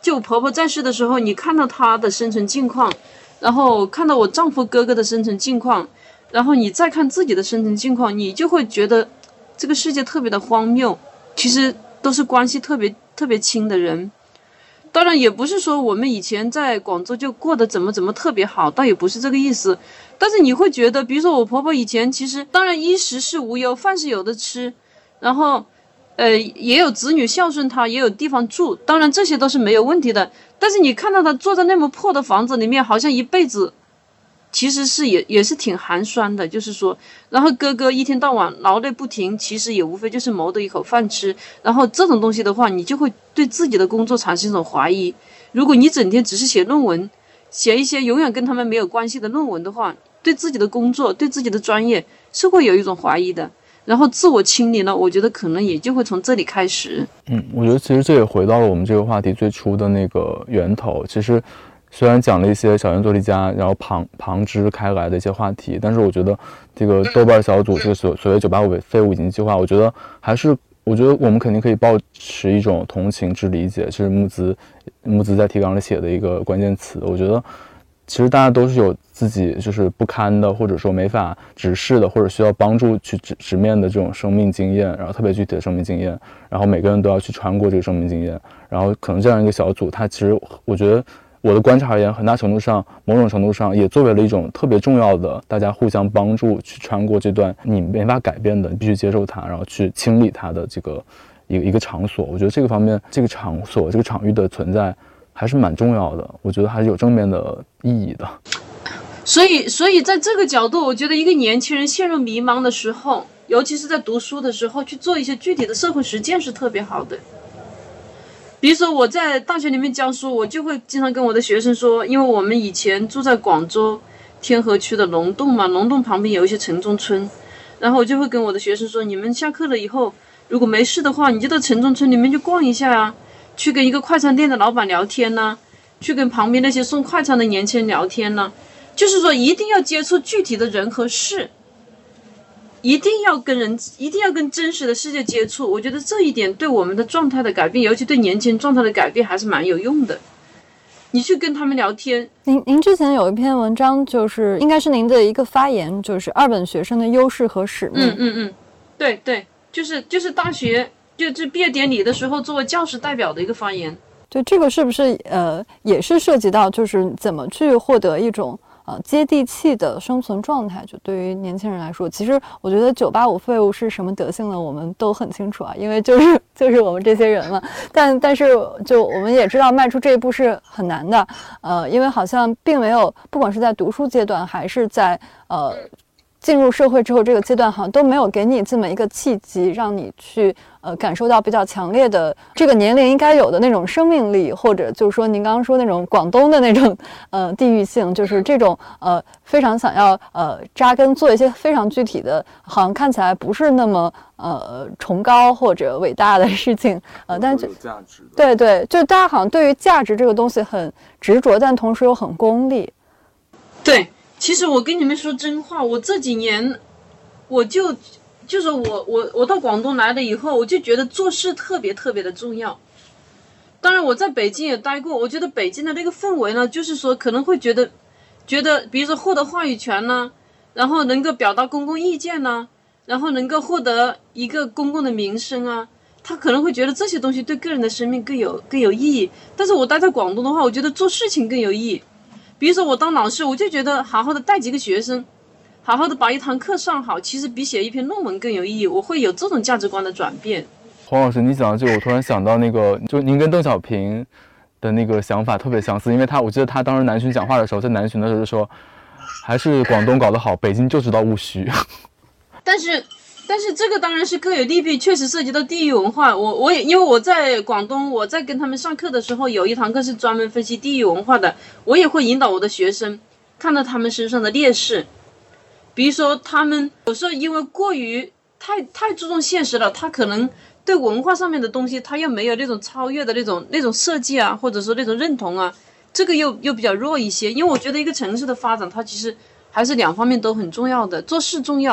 就我婆婆在世的时候，你看到她的生存境况，然后看到我丈夫哥哥的生存境况，然后你再看自己的生存境况，你就会觉得这个世界特别的荒谬。其实都是关系特别亲的人。当然也不是说我们以前在广州就过得怎么特别好，倒也不是这个意思。但是你会觉得，比如说我婆婆以前其实当然衣食是无忧，饭是有的吃，然后也有子女孝顺她，也有地方住，当然这些都是没有问题的。但是你看到她坐在那么破的房子里面，好像一辈子其实是也是挺寒酸的，就是说，然后哥哥一天到晚劳累不停，其实也无非就是谋得一口饭吃。然后这种东西的话，你就会对自己的工作产生一种怀疑。如果你整天只是写论文，写一些永远跟他们没有关系的论文的话，对自己的工作，对自己的专业是会有一种怀疑的。然后自我清理呢，我觉得可能也就会从这里开始。 我觉得其实这也回到了我们这个话题最初的那个源头。其实虽然讲了一些小镇做题家然后旁支开来的一些话题，但是我觉得这个豆瓣小组这个所谓985废物引进计划，我觉得我们肯定可以抱持一种同情之理解，是木子在提纲里写的一个关键词。我觉得其实大家都是有自己就是不堪的，或者说没法直视的，或者需要帮助去直面的这种生命经验，然后特别具体的生命经验，然后每个人都要去穿过这个生命经验，然后可能这样一个小组，它其实我觉得我的观察而言，很大程度上某种程度上也作为了一种特别重要的大家互相帮助去穿过这段你没法改变的，你必须接受它，然后去清理它的这个一个场所。我觉得这个方面，这个场所这个场域的存在还是蛮重要的，我觉得还是有正面的意义的。 所以在这个角度，我觉得一个年轻人陷入迷茫的时候，尤其是在读书的时候，去做一些具体的社会实践是特别好的。比如说我在大学里面教书，我就会经常跟我的学生说，因为我们以前住在广州天河区的龙洞嘛，龙洞旁边有一些城中村，然后我就会跟我的学生说，你们下课了以后，如果没事的话，你就到城中村里面去逛一下啊，去跟一个快餐店的老板聊天呐，去跟旁边那些送快餐的年轻人聊天呐，就是说一定要接触具体的人和事。一定要跟真实的世界接触，我觉得这一点对我们的状态的改变，尤其对年轻人状态的改变还是蛮有用的。你去跟他们聊天。 您之前有一篇文章，就是应该是您的一个发言，就是二本学生的优势和使命。 对，就是大学就毕业典礼的时候作为教师代表的一个发言。 对，这个是不是也是涉及到就是怎么去获得一种接地气的生存状态？就对于年轻人来说，其实我觉得985废物是什么德性呢？我们都很清楚啊，因为就是我们这些人嘛。但是就我们也知道迈出这一步是很难的，因为好像并没有，不管是在读书阶段还是在进入社会之后这个阶段，好像都没有给你这么一个契机，让你去感受到比较强烈的这个年龄应该有的那种生命力，或者就是说您刚刚说那种广东的那种地域性，就是这种非常想要扎根做一些非常具体的，好像看起来不是那么崇高或者伟大的事情，但是价值的。 对，就大家好像对于价值这个东西很执着，但同时又很功利。 对。其实我跟你们说真话，我这几年我就是我到广东来了以后，我就觉得做事特别的重要。当然我在北京也待过，我觉得北京的那个氛围呢，就是说可能会觉得比如说获得话语权呢，然后能够表达公共意见呢，然后能够获得一个公共的名声啊，他可能会觉得这些东西对个人的生命更有意义。但是我待在广东的话，我觉得做事情更有意义。比如说我当老师，我就觉得好好的带几个学生，好好的把一堂课上好，其实比写一篇论文更有意义。我会有这种价值观的转变。 黄老师，你讲到这个，我突然想到那个，就您跟邓小平的那个想法特别相似，因为我记得他当时南巡讲话的时候，在南巡的时候就说，还是广东搞得好，北京就知道务虚。 但是这个当然是各有利弊，确实涉及到地域文化。我也因为我在广东，我在跟他们上课的时候，有一堂课是专门分析地域文化的，我也会引导我的学生看到他们身上的劣势。比如说他们有时候因为过于太注重现实了，他可能对文化上面的东西他又没有那种超越的那种设计啊，或者说那种认同啊，这个又比较弱一些。因为我觉得一个城市的发展，它其实还是两方面都很重要的，做事重要，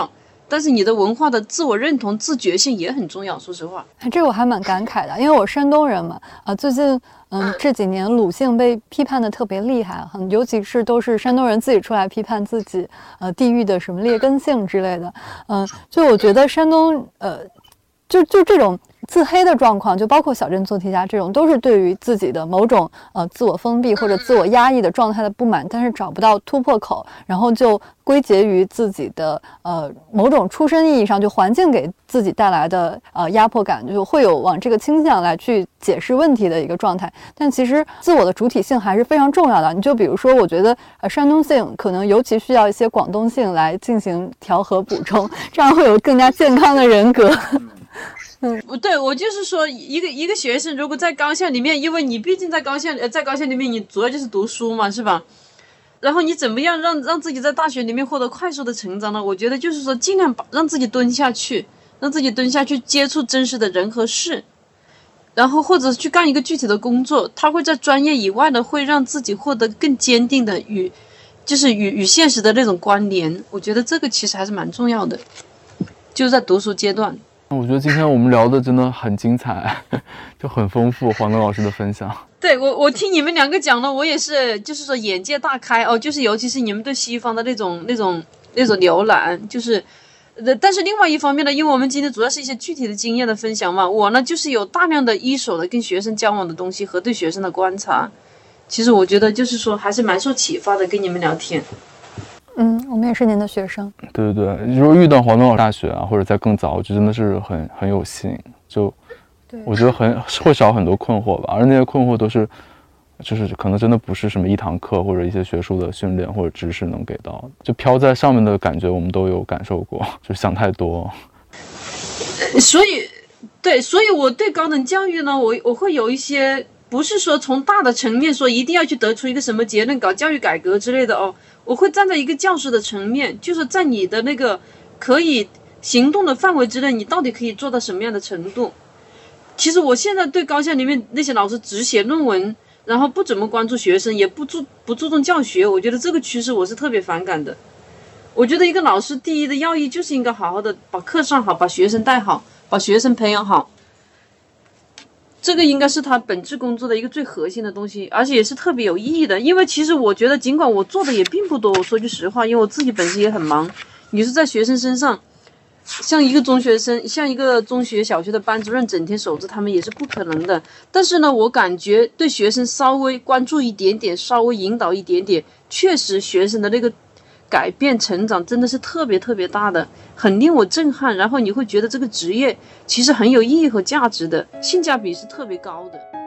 但是你的文化的自我认同、自觉性也很重要。说实话， 这个我还蛮感慨的，因为我山东人嘛，最近这几年鲁姓被批判的特别厉害，尤其是都是山东人自己出来批判自己地域的什么劣根性之类的，就我觉得山东就这种自黑的状况，就包括小镇做题家这种，都是对于自己的某种自我封闭或者自我压抑的状态的不满，但是找不到突破口，然后就归结于自己的某种出身意义上，就环境给自己带来的压迫感，就会有往这个倾向来去解释问题的一个状态。但其实自我的主体性还是非常重要的。你就比如说，我觉得山东性可能尤其需要一些广东性来进行调和补充，这样会有更加健康的人格。 对，我就是说，一个学生如果在高校里面，因为你毕竟在高校里面，你主要就是读书嘛，是吧？然后你怎么样让自己在大学里面获得快速的成长呢？我觉得就是说，尽量让自己蹲下去，接触真实的人和事，然后或者去干一个具体的工作，他会在专业以外的，会让自己获得更坚定的与现实的那种关联。我觉得这个其实还是蛮重要的，就是在读书阶段。 我觉得今天我们聊的真的很精彩，就很丰富，黄灯老师的分享。 对，我听你们两个讲了，我也是，就是说眼界大开哦，就是尤其是你们对西方的那种浏览，就是，但是另外一方面呢，因为我们今天主要是一些具体的经验的分享嘛，我呢就是有大量的一手的跟学生交往的东西和对学生的观察，其实我觉得就是说还是蛮受启发的，跟你们聊天。 我们也是您的学生。 对对对，如果遇到黄灯老师大学啊，或者在更早，我觉得真的是很有幸，就我觉得会少很多困惑吧，而那些困惑都是，就是可能真的不是什么一堂课或者一些学术的训练或者知识能给到的，就飘在上面的感觉我们都有感受过，就想太多。 所以我对高等教育呢，我会有一些，不是说从大的层面说一定要去得出一个什么结论，搞教育改革之类的哦。我会站在一个教师的层面，就是在你的那个可以行动的范围之内，你到底可以做到什么样的程度？其实我现在对高校里面那些老师只写论文，然后不怎么关注学生，也不注重教学，我觉得这个趋势我是特别反感的。我觉得一个老师第一的要义就是应该好好的把课上好，把学生带好，把学生培养好。这个应该是他本质工作的一个最核心的东西，而且也是特别有意义的。因为其实我觉得，尽管我做的也并不多，我说句实话，因为我自己本身也很忙。你是在学生身上，像一个中学、小学的班主任整天守着他们也是不可能的。但是呢，我感觉对学生稍微关注一点点，稍微引导一点点，确实学生的那个改变成长真的是特别特别大的，很令我震撼。然后你会觉得这个职业其实很有意义和价值的，性价比是特别高的。